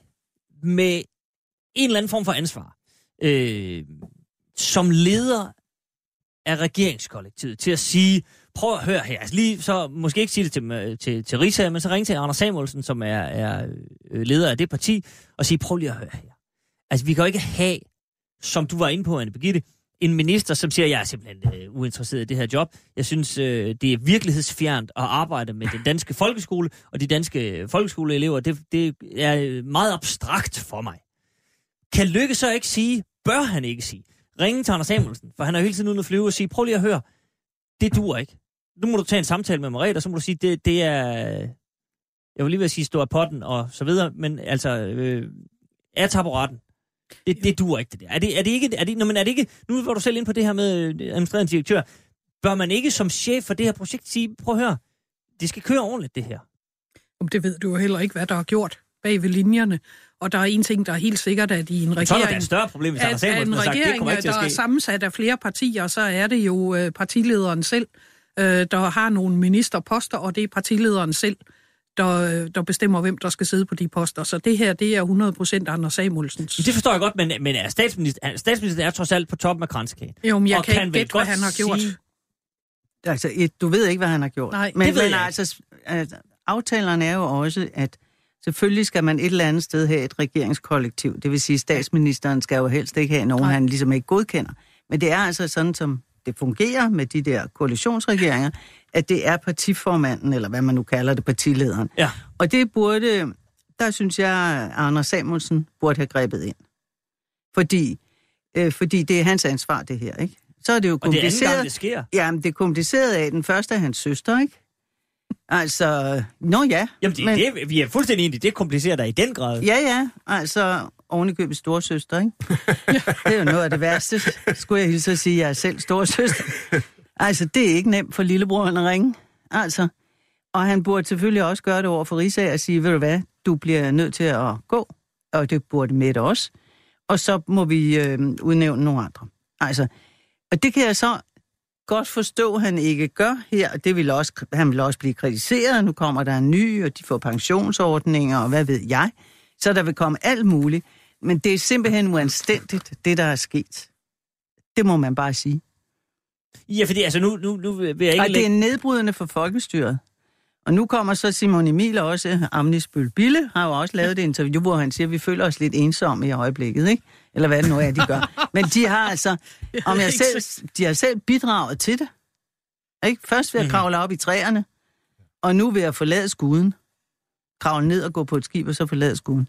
med en eller anden form for ansvar, øh, som leder af regeringskollektivet, til at sige, prøv at høre her, altså lige så, måske ikke sige det til, til, til Rigssager, men så ringe til Anders Samuelsen, som er, er leder af det parti, og sige, prøv lige at høre her. Altså vi kan jo ikke have, som du var inde på, Anne Birgitte, en minister, som siger, jeg er simpelthen øh, uinteresseret i det her job. Jeg synes, øh, det er virkelighedsfjernt at arbejde med den danske folkeskole, og de danske folkeskoleelever, det, det er meget abstrakt for mig. Kan Løkke så ikke sige, bør han ikke sige, ringe til Anders Samuelsen, for han er hele tiden uden at flyve og sige, prøv lige at høre, det duer ikke. Nu må du tage en samtale med Merete, og så må du sige, det, det er, jeg vil lige ved at sige, stå af potten og så videre, men altså, øh, er taburetten. Det, det duer ikke, det der. Er det, er det ikke, er det, nå, men er det ikke, nu var du selv ind på det her med administrerende direktør, bør man ikke som chef for det her projekt sige, prøv at høre, det skal køre ordentligt, det her? Det ved du jo heller ikke, hvad der er gjort bag ved linjerne. Og der er en ting, der er helt sikkert, at i en regering... Så er der et større problem, hvis at, at en regering, sagt, der er sammensat af flere partier, så er det jo øh, partilederen selv, øh, der har nogle ministerposter, og det er partilederen selv, der, der bestemmer, hvem der skal sidde på de poster. Så det her, det er hundrede procent Anders Samuelsens. Det forstår jeg godt, men, men er statsminister, statsministeren er trods alt på toppen af kranskagen. Jo, men jeg og kan, kan ikke gætte, hvad han har gjort. Sige... Altså, et, du ved ikke, hvad han har gjort. Nej, men, det ved men jeg altså, altså, aftalerne er jo også, at selvfølgelig skal man et eller andet sted have et regeringskollektiv. Det vil sige, at statsministeren skal jo helst ikke have nogen, Nej. han ligesom ikke godkender. Men det er altså sådan, som det fungerer med de der koalitionsregeringer, at det er partiformanden, eller hvad man nu kalder det, partilederen. Ja. Og det burde, der synes jeg, at Anders Samuelsen burde have grebet ind. Fordi, øh, fordi det er hans ansvar, det her, ikke? Så er det jo kompliceret. Og det er anden gang, det sker. Jamen, det er kompliceret af den første af hans søster, ikke? Altså, nå ja. Jamen, det, men, det, vi er fuldstændig enige, det er kompliceret af i den grad. Ja, ja, altså ovenikøbet storsøster, ikke? Det er jo noget af det værste, skulle jeg hilse at sige, jeg er selv storsøster. Altså, det er ikke nemt for lillebroren at ringe, altså. Og han burde selvfølgelig også gøre det over for Rigssager og sige, ved du hvad, du bliver nødt til at gå, og det burde Mette også. Og så må vi øh, udnævne nogle andre. Altså, og det kan jeg så godt forstå, han ikke gør her, og det vil også, han vil også blive kritiseret. Nu kommer der en ny, og de får pensionsordninger, og hvad ved jeg. Så der vil komme alt muligt. Men det er simpelthen uanstændigt, det der er sket. Det må man bare sige. Ja, fordi altså nu, nu, nu vil jeg ikke... Og det er nedbrydende for folkestyret. Og nu kommer så Simon Emil også, Amnisbøl Bille, har jo også lavet et interview, hvor han siger, at vi føler os lidt ensomme i øjeblikket, ikke? Eller hvad det nu er, de gør. Men de har altså, om jeg selv, de har selv bidraget til det. Ikke? Først ved at kravle op i træerne, og nu ved at forlade skuden. Kravle ned og gå på et skib, og så forlade skuden.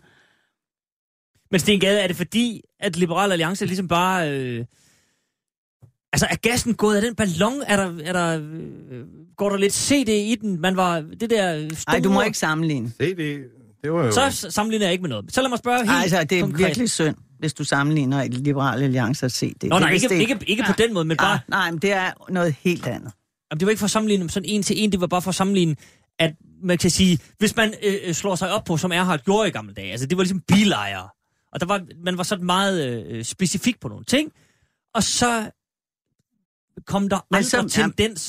Men Sten Gade, er det fordi, at Liberal Alliance ligesom bare... Øh... Altså, er gassen gået af den ballon? Er der, er der, øh, går der lidt C D i den? Man var det der store... Ej, du må ikke sammenligne. C D, det var jo... Så sammenligner jeg ikke med noget. Så lad mig spørge helt Ej, altså, det er konkret. Virkelig synd, hvis du sammenligner et Liberal Alliance og C D. Nå, nej, ikke, det... ikke, ikke på den måde, men bare... Ah, nej, men det er noget helt andet. Jamen, det var ikke for at sammenligne sådan en til en, det var bare for at sammenligne, at man kan sige, hvis man øh, slår sig op på, som Erhard gjorde i gamle dage, altså det var ligesom bilejere, og der var, man var sådan meget øh, specifik på nogle ting, og så kom der men andre så, tendenser.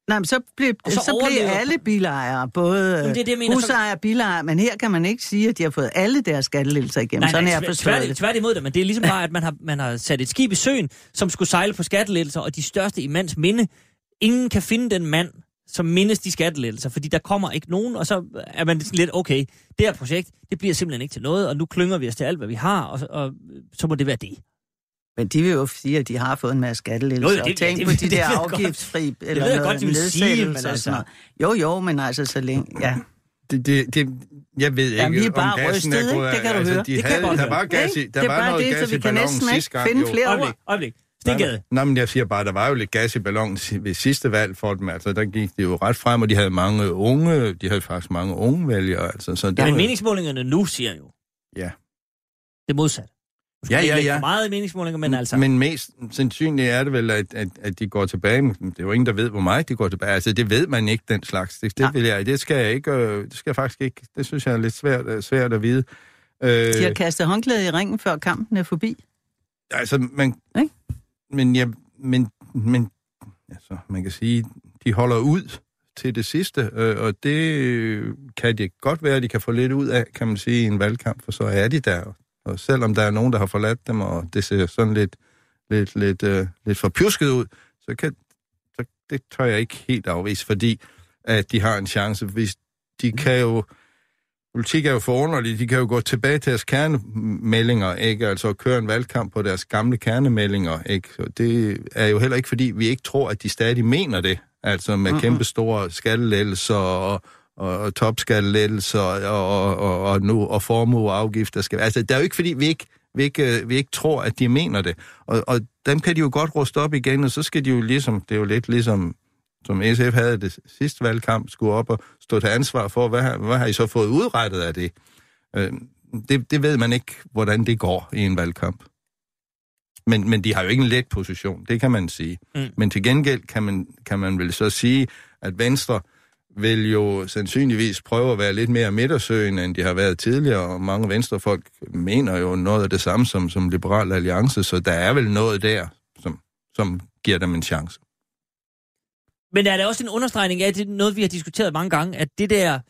Nej, men så bliver, så så bliver alle bilejere, både Jamen, det, det, husejere og bilejere, men her kan man ikke sige, at de har fået alle deres skattelettelser igennem. Nej, Sådan nej, er jeg forstået det. Tværtimod det, men det er ligesom bare, at man har, man har sat et skib i søen, som skulle sejle på skattelettelser, og de største i mands minde. Ingen kan finde den mand, som mindes de skattelettelser, fordi der kommer ikke nogen, og så er man lidt, okay, det her projekt, det bliver simpelthen ikke til noget, og nu klynger vi os til alt, hvad vi har, og, og så må det være det. Men de vil jo sige, at de har fået en masse skattelettelser, og tænk på de det, der afgiftsfri, eller det noget godt, nedsættelse og sådan noget. Jo, jo, men altså så længe, ja. Det, det, det, jeg ved ikke, ja, vi er bare om gassen rystet, er gået af. Det kan du altså, høre. De det havde, kan der var gas i, der var noget det, gas i ballonen sidste gang. Finde flere øjeblik, øjeblik. Stinkede. Nej, men jeg siger bare, der var jo lidt gas i ballonen ved sidste valg for dem. Altså, der gik det jo ret frem, og de havde mange unge, de havde faktisk mange unge vælgere. Altså, så ja, men meningsmålingerne nu siger jo. Ja. Det modsatte. Ja, ja, ja. For meget i meningsmålinger, men altså... Men mest sandsynligt er det vel, at, at, at de går tilbage. Det er jo ingen, der ved, hvor meget de går tilbage. Altså, det ved man ikke, den slags. Det, det, vil jeg, det skal jeg ikke... Det skal jeg faktisk ikke... Det synes jeg er lidt svært, svært at vide. De har kastet håndklædet i ringen, før kampen er forbi. Altså, man... Ikke? Men, ja, men, men altså, man kan sige, de holder ud til det sidste, øh, og det kan det godt være, at de kan få lidt ud af, kan man sige, i en valgkamp, for så er de der. Og selvom der er nogen, der har forladt dem, og det ser sådan lidt, lidt, lidt, øh, lidt forpjusket ud, så kan så det tør jeg ikke helt afvise, fordi at de har en chance. Hvis de kan jo... Politik er jo forunderligt. De kan jo gå tilbage til deres kernemeldinger, ikke? Altså køre en valgkamp på deres gamle kernemeldinger, ikke? Så det er jo heller ikke, fordi vi ikke tror, at de stadig mener det. Altså med uh-huh. kæmpe store skattelettelser og, og, og topskattelettelser og, og, og, og, nu, og formueafgifter. Skal... Altså, det er jo ikke, fordi vi ikke, vi, ikke, vi ikke tror, at de mener det. Og, og dem kan de jo godt ruste op igen, og så skal de jo ligesom, det er jo lidt ligesom... som S F havde det sidste valgkamp, skulle op og stå til ansvar for, hvad har, hvad har I så fået udrettet af det? Øh, det? Det ved man ikke, hvordan det går i en valgkamp. Men, men de har jo ikke en let position, det kan man sige. Mm. Men til gengæld kan man, kan man vel så sige, at Venstre vil jo sandsynligvis prøve at være lidt mere midtersøgende, end de har været tidligere, og mange venstrefolk mener jo noget af det samme som, som Liberal Alliance, så der er vel noget der, som, som giver dem en chance. Men er der også en understregning af, det er noget, vi har diskuteret mange gange, at det der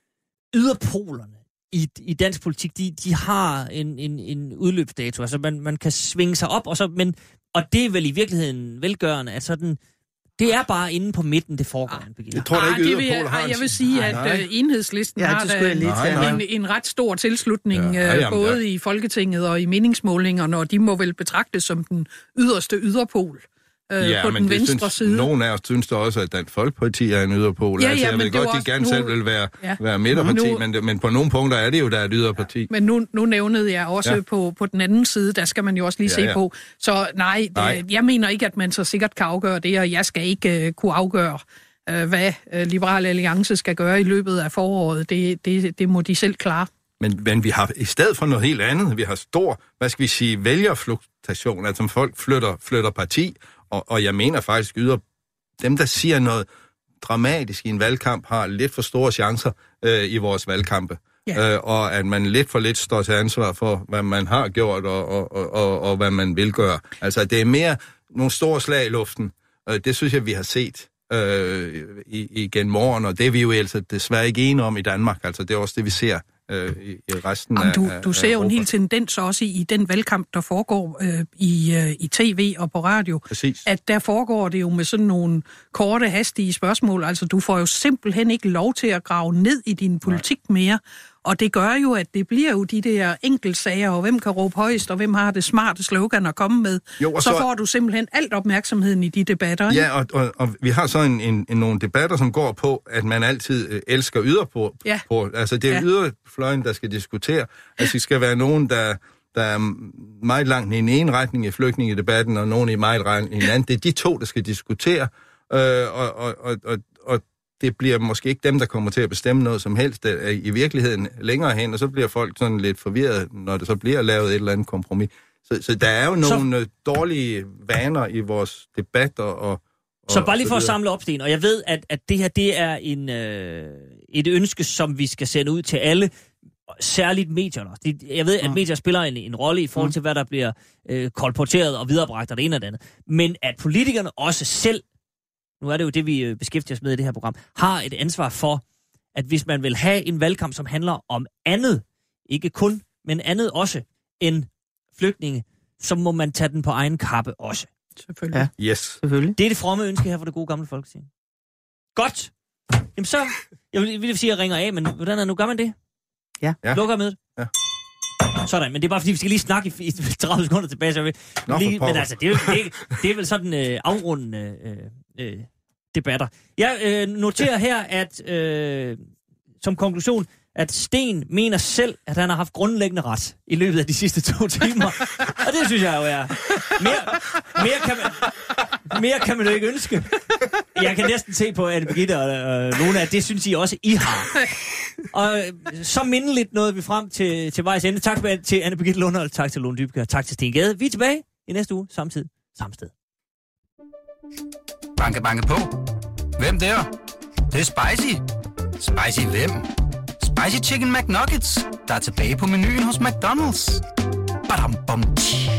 yderpolerne i, i dansk politik, de, de har en, en, en udløbsdato. Altså man, man kan svinge sig op, og, så, men, og det er vel i virkeligheden velgørende, at sådan, det er bare inde på midten, det foregår. Ah, jeg tror da ikke, yderpoler har en... Jeg vil sige, at uh, Enhedslisten ja, har en, nej, en, en ret stor tilslutning, ja, ja, både ja. i Folketinget og i meningsmålinger, og de må vel betragtes som den yderste yderpol. Øh, ja, på men den venstre synes, side. Nogle af os synes da også, at Dansk Folkeparti er en yderpol. Ja, ja, altså, jeg ved godt, de gerne nu... selv vil være, ja. være midterparti, nu... men, men på nogle punkter er det jo, der er et yderparti. Men nu, nu nævnede jeg også ja. på, på den anden side, der skal man jo også lige ja, se ja. på. Så nej, nej, jeg mener ikke, at man så sikkert kan afgøre det, og jeg skal ikke uh, kunne afgøre, uh, hvad uh, Liberal Alliance skal gøre i løbet af foråret. Det, det, det må de selv klare. Men, men vi har i stedet for noget helt andet, vi har stor, hvad skal vi sige, vælgerfluktuation, altså folk flytter, flytter parti. Og, og jeg mener faktisk, yder dem, der siger noget dramatisk i en valgkamp, har lidt for store chancer øh, i vores valgkampe. Yeah. Øh, og at man lidt for lidt står til ansvar for, hvad man har gjort, og, og, og, og, og hvad man vil gøre. Altså, det er mere nogle store slag i luften. Øh, det synes jeg, vi har set øh, i, igen morgen, og det er vi jo altså desværre ikke enige om i Danmark. Altså, det er også det, vi ser. Øh, i, i resten Jamen, du, af, du ser jo en hel tendens også i, i den valgkamp, der foregår øh, i, øh, i tv og på radio. Præcis. At der foregår det jo med sådan nogle korte, hastige spørgsmål. Altså, du får jo simpelthen ikke lov til at grave ned i din politik Nej. mere. Og det gør jo, at det bliver jo de der enkeltsager, og hvem kan råbe højst, og hvem har det smarte slogan at komme med. Jo, så, så får du simpelthen alt opmærksomheden i de debatter. Ikke? Ja, og, og, og vi har så en, en, en, nogle debatter, som går på, at man altid øh, elsker yderpå. Ja. På, altså, det er ja. yderfløjen, der skal diskutere. Altså, det skal være nogen, der, der er meget langt i en ene retning i flygtningedebatten, og nogen i meget langt i en anden. Det er de to, der skal diskutere, øh, og, og, og, og, og det bliver måske ikke dem, der kommer til at bestemme noget som helst i virkeligheden længere hen, og så bliver folk sådan lidt forvirret, når det så bliver lavet et eller andet kompromis. Så, så der er jo nogle så... dårlige vaner i vores debatter. Og, og så bare lige for at samle op, Sten, og jeg ved, at, at det her, det er en, øh, et ønske, som vi skal sende ud til alle, særligt medierne. Jeg ved, at medier spiller en, en rolle i forhold til, hvad der bliver øh, kolporteret og viderebragt og det ene og det andet. Men at politikerne også selv nu er det jo det, vi beskæftiger os med i det her program, har et ansvar for, at hvis man vil have en valgkamp, som handler om andet, ikke kun, men andet også, end flygtninge, så må man tage den på egen kappe også. Selvfølgelig. Ja. Yes. Selvfølgelig. Det er det fromme ønske her for det gode gamle folketing. Godt! Jamen så, jeg vil, vil sige, at jeg ringer af, men hvordan er nu, gør man det? Ja. ja. Lukker med det? Ja. Sådan, men det er bare fordi, vi skal lige snakke i, i tredive sekunder tilbage, så jeg vil, Nå, lige, men altså, det er, det, det er vel sådan øh, afrundende øh, øh, debatter. Jeg øh, noterer her, at øh, som konklusion, at Sten mener selv, at han har haft grundlæggende ret i løbet af de sidste to timer. Og det synes jeg jo er... Mere, mere, kan, man, mere kan man jo ikke ønske. Jeg kan næsten se på Anne Birgitte og øh, Lone, at det synes I også, I har. Og øh, så mindeligt nåede vi frem til, til vejs ende. Tak til Anne Birgitte Lundholt, tak til Lone Dybkjær, tak til Sten Gade. Vi er tilbage i næste uge, samtidig, samme sted. Banke, banke på. Hvem der? Det, det er spicy. Spicy hvem? Spicy Chicken McNuggets, der er tilbage på menuen hos McDonald's. Badum, bom, tji.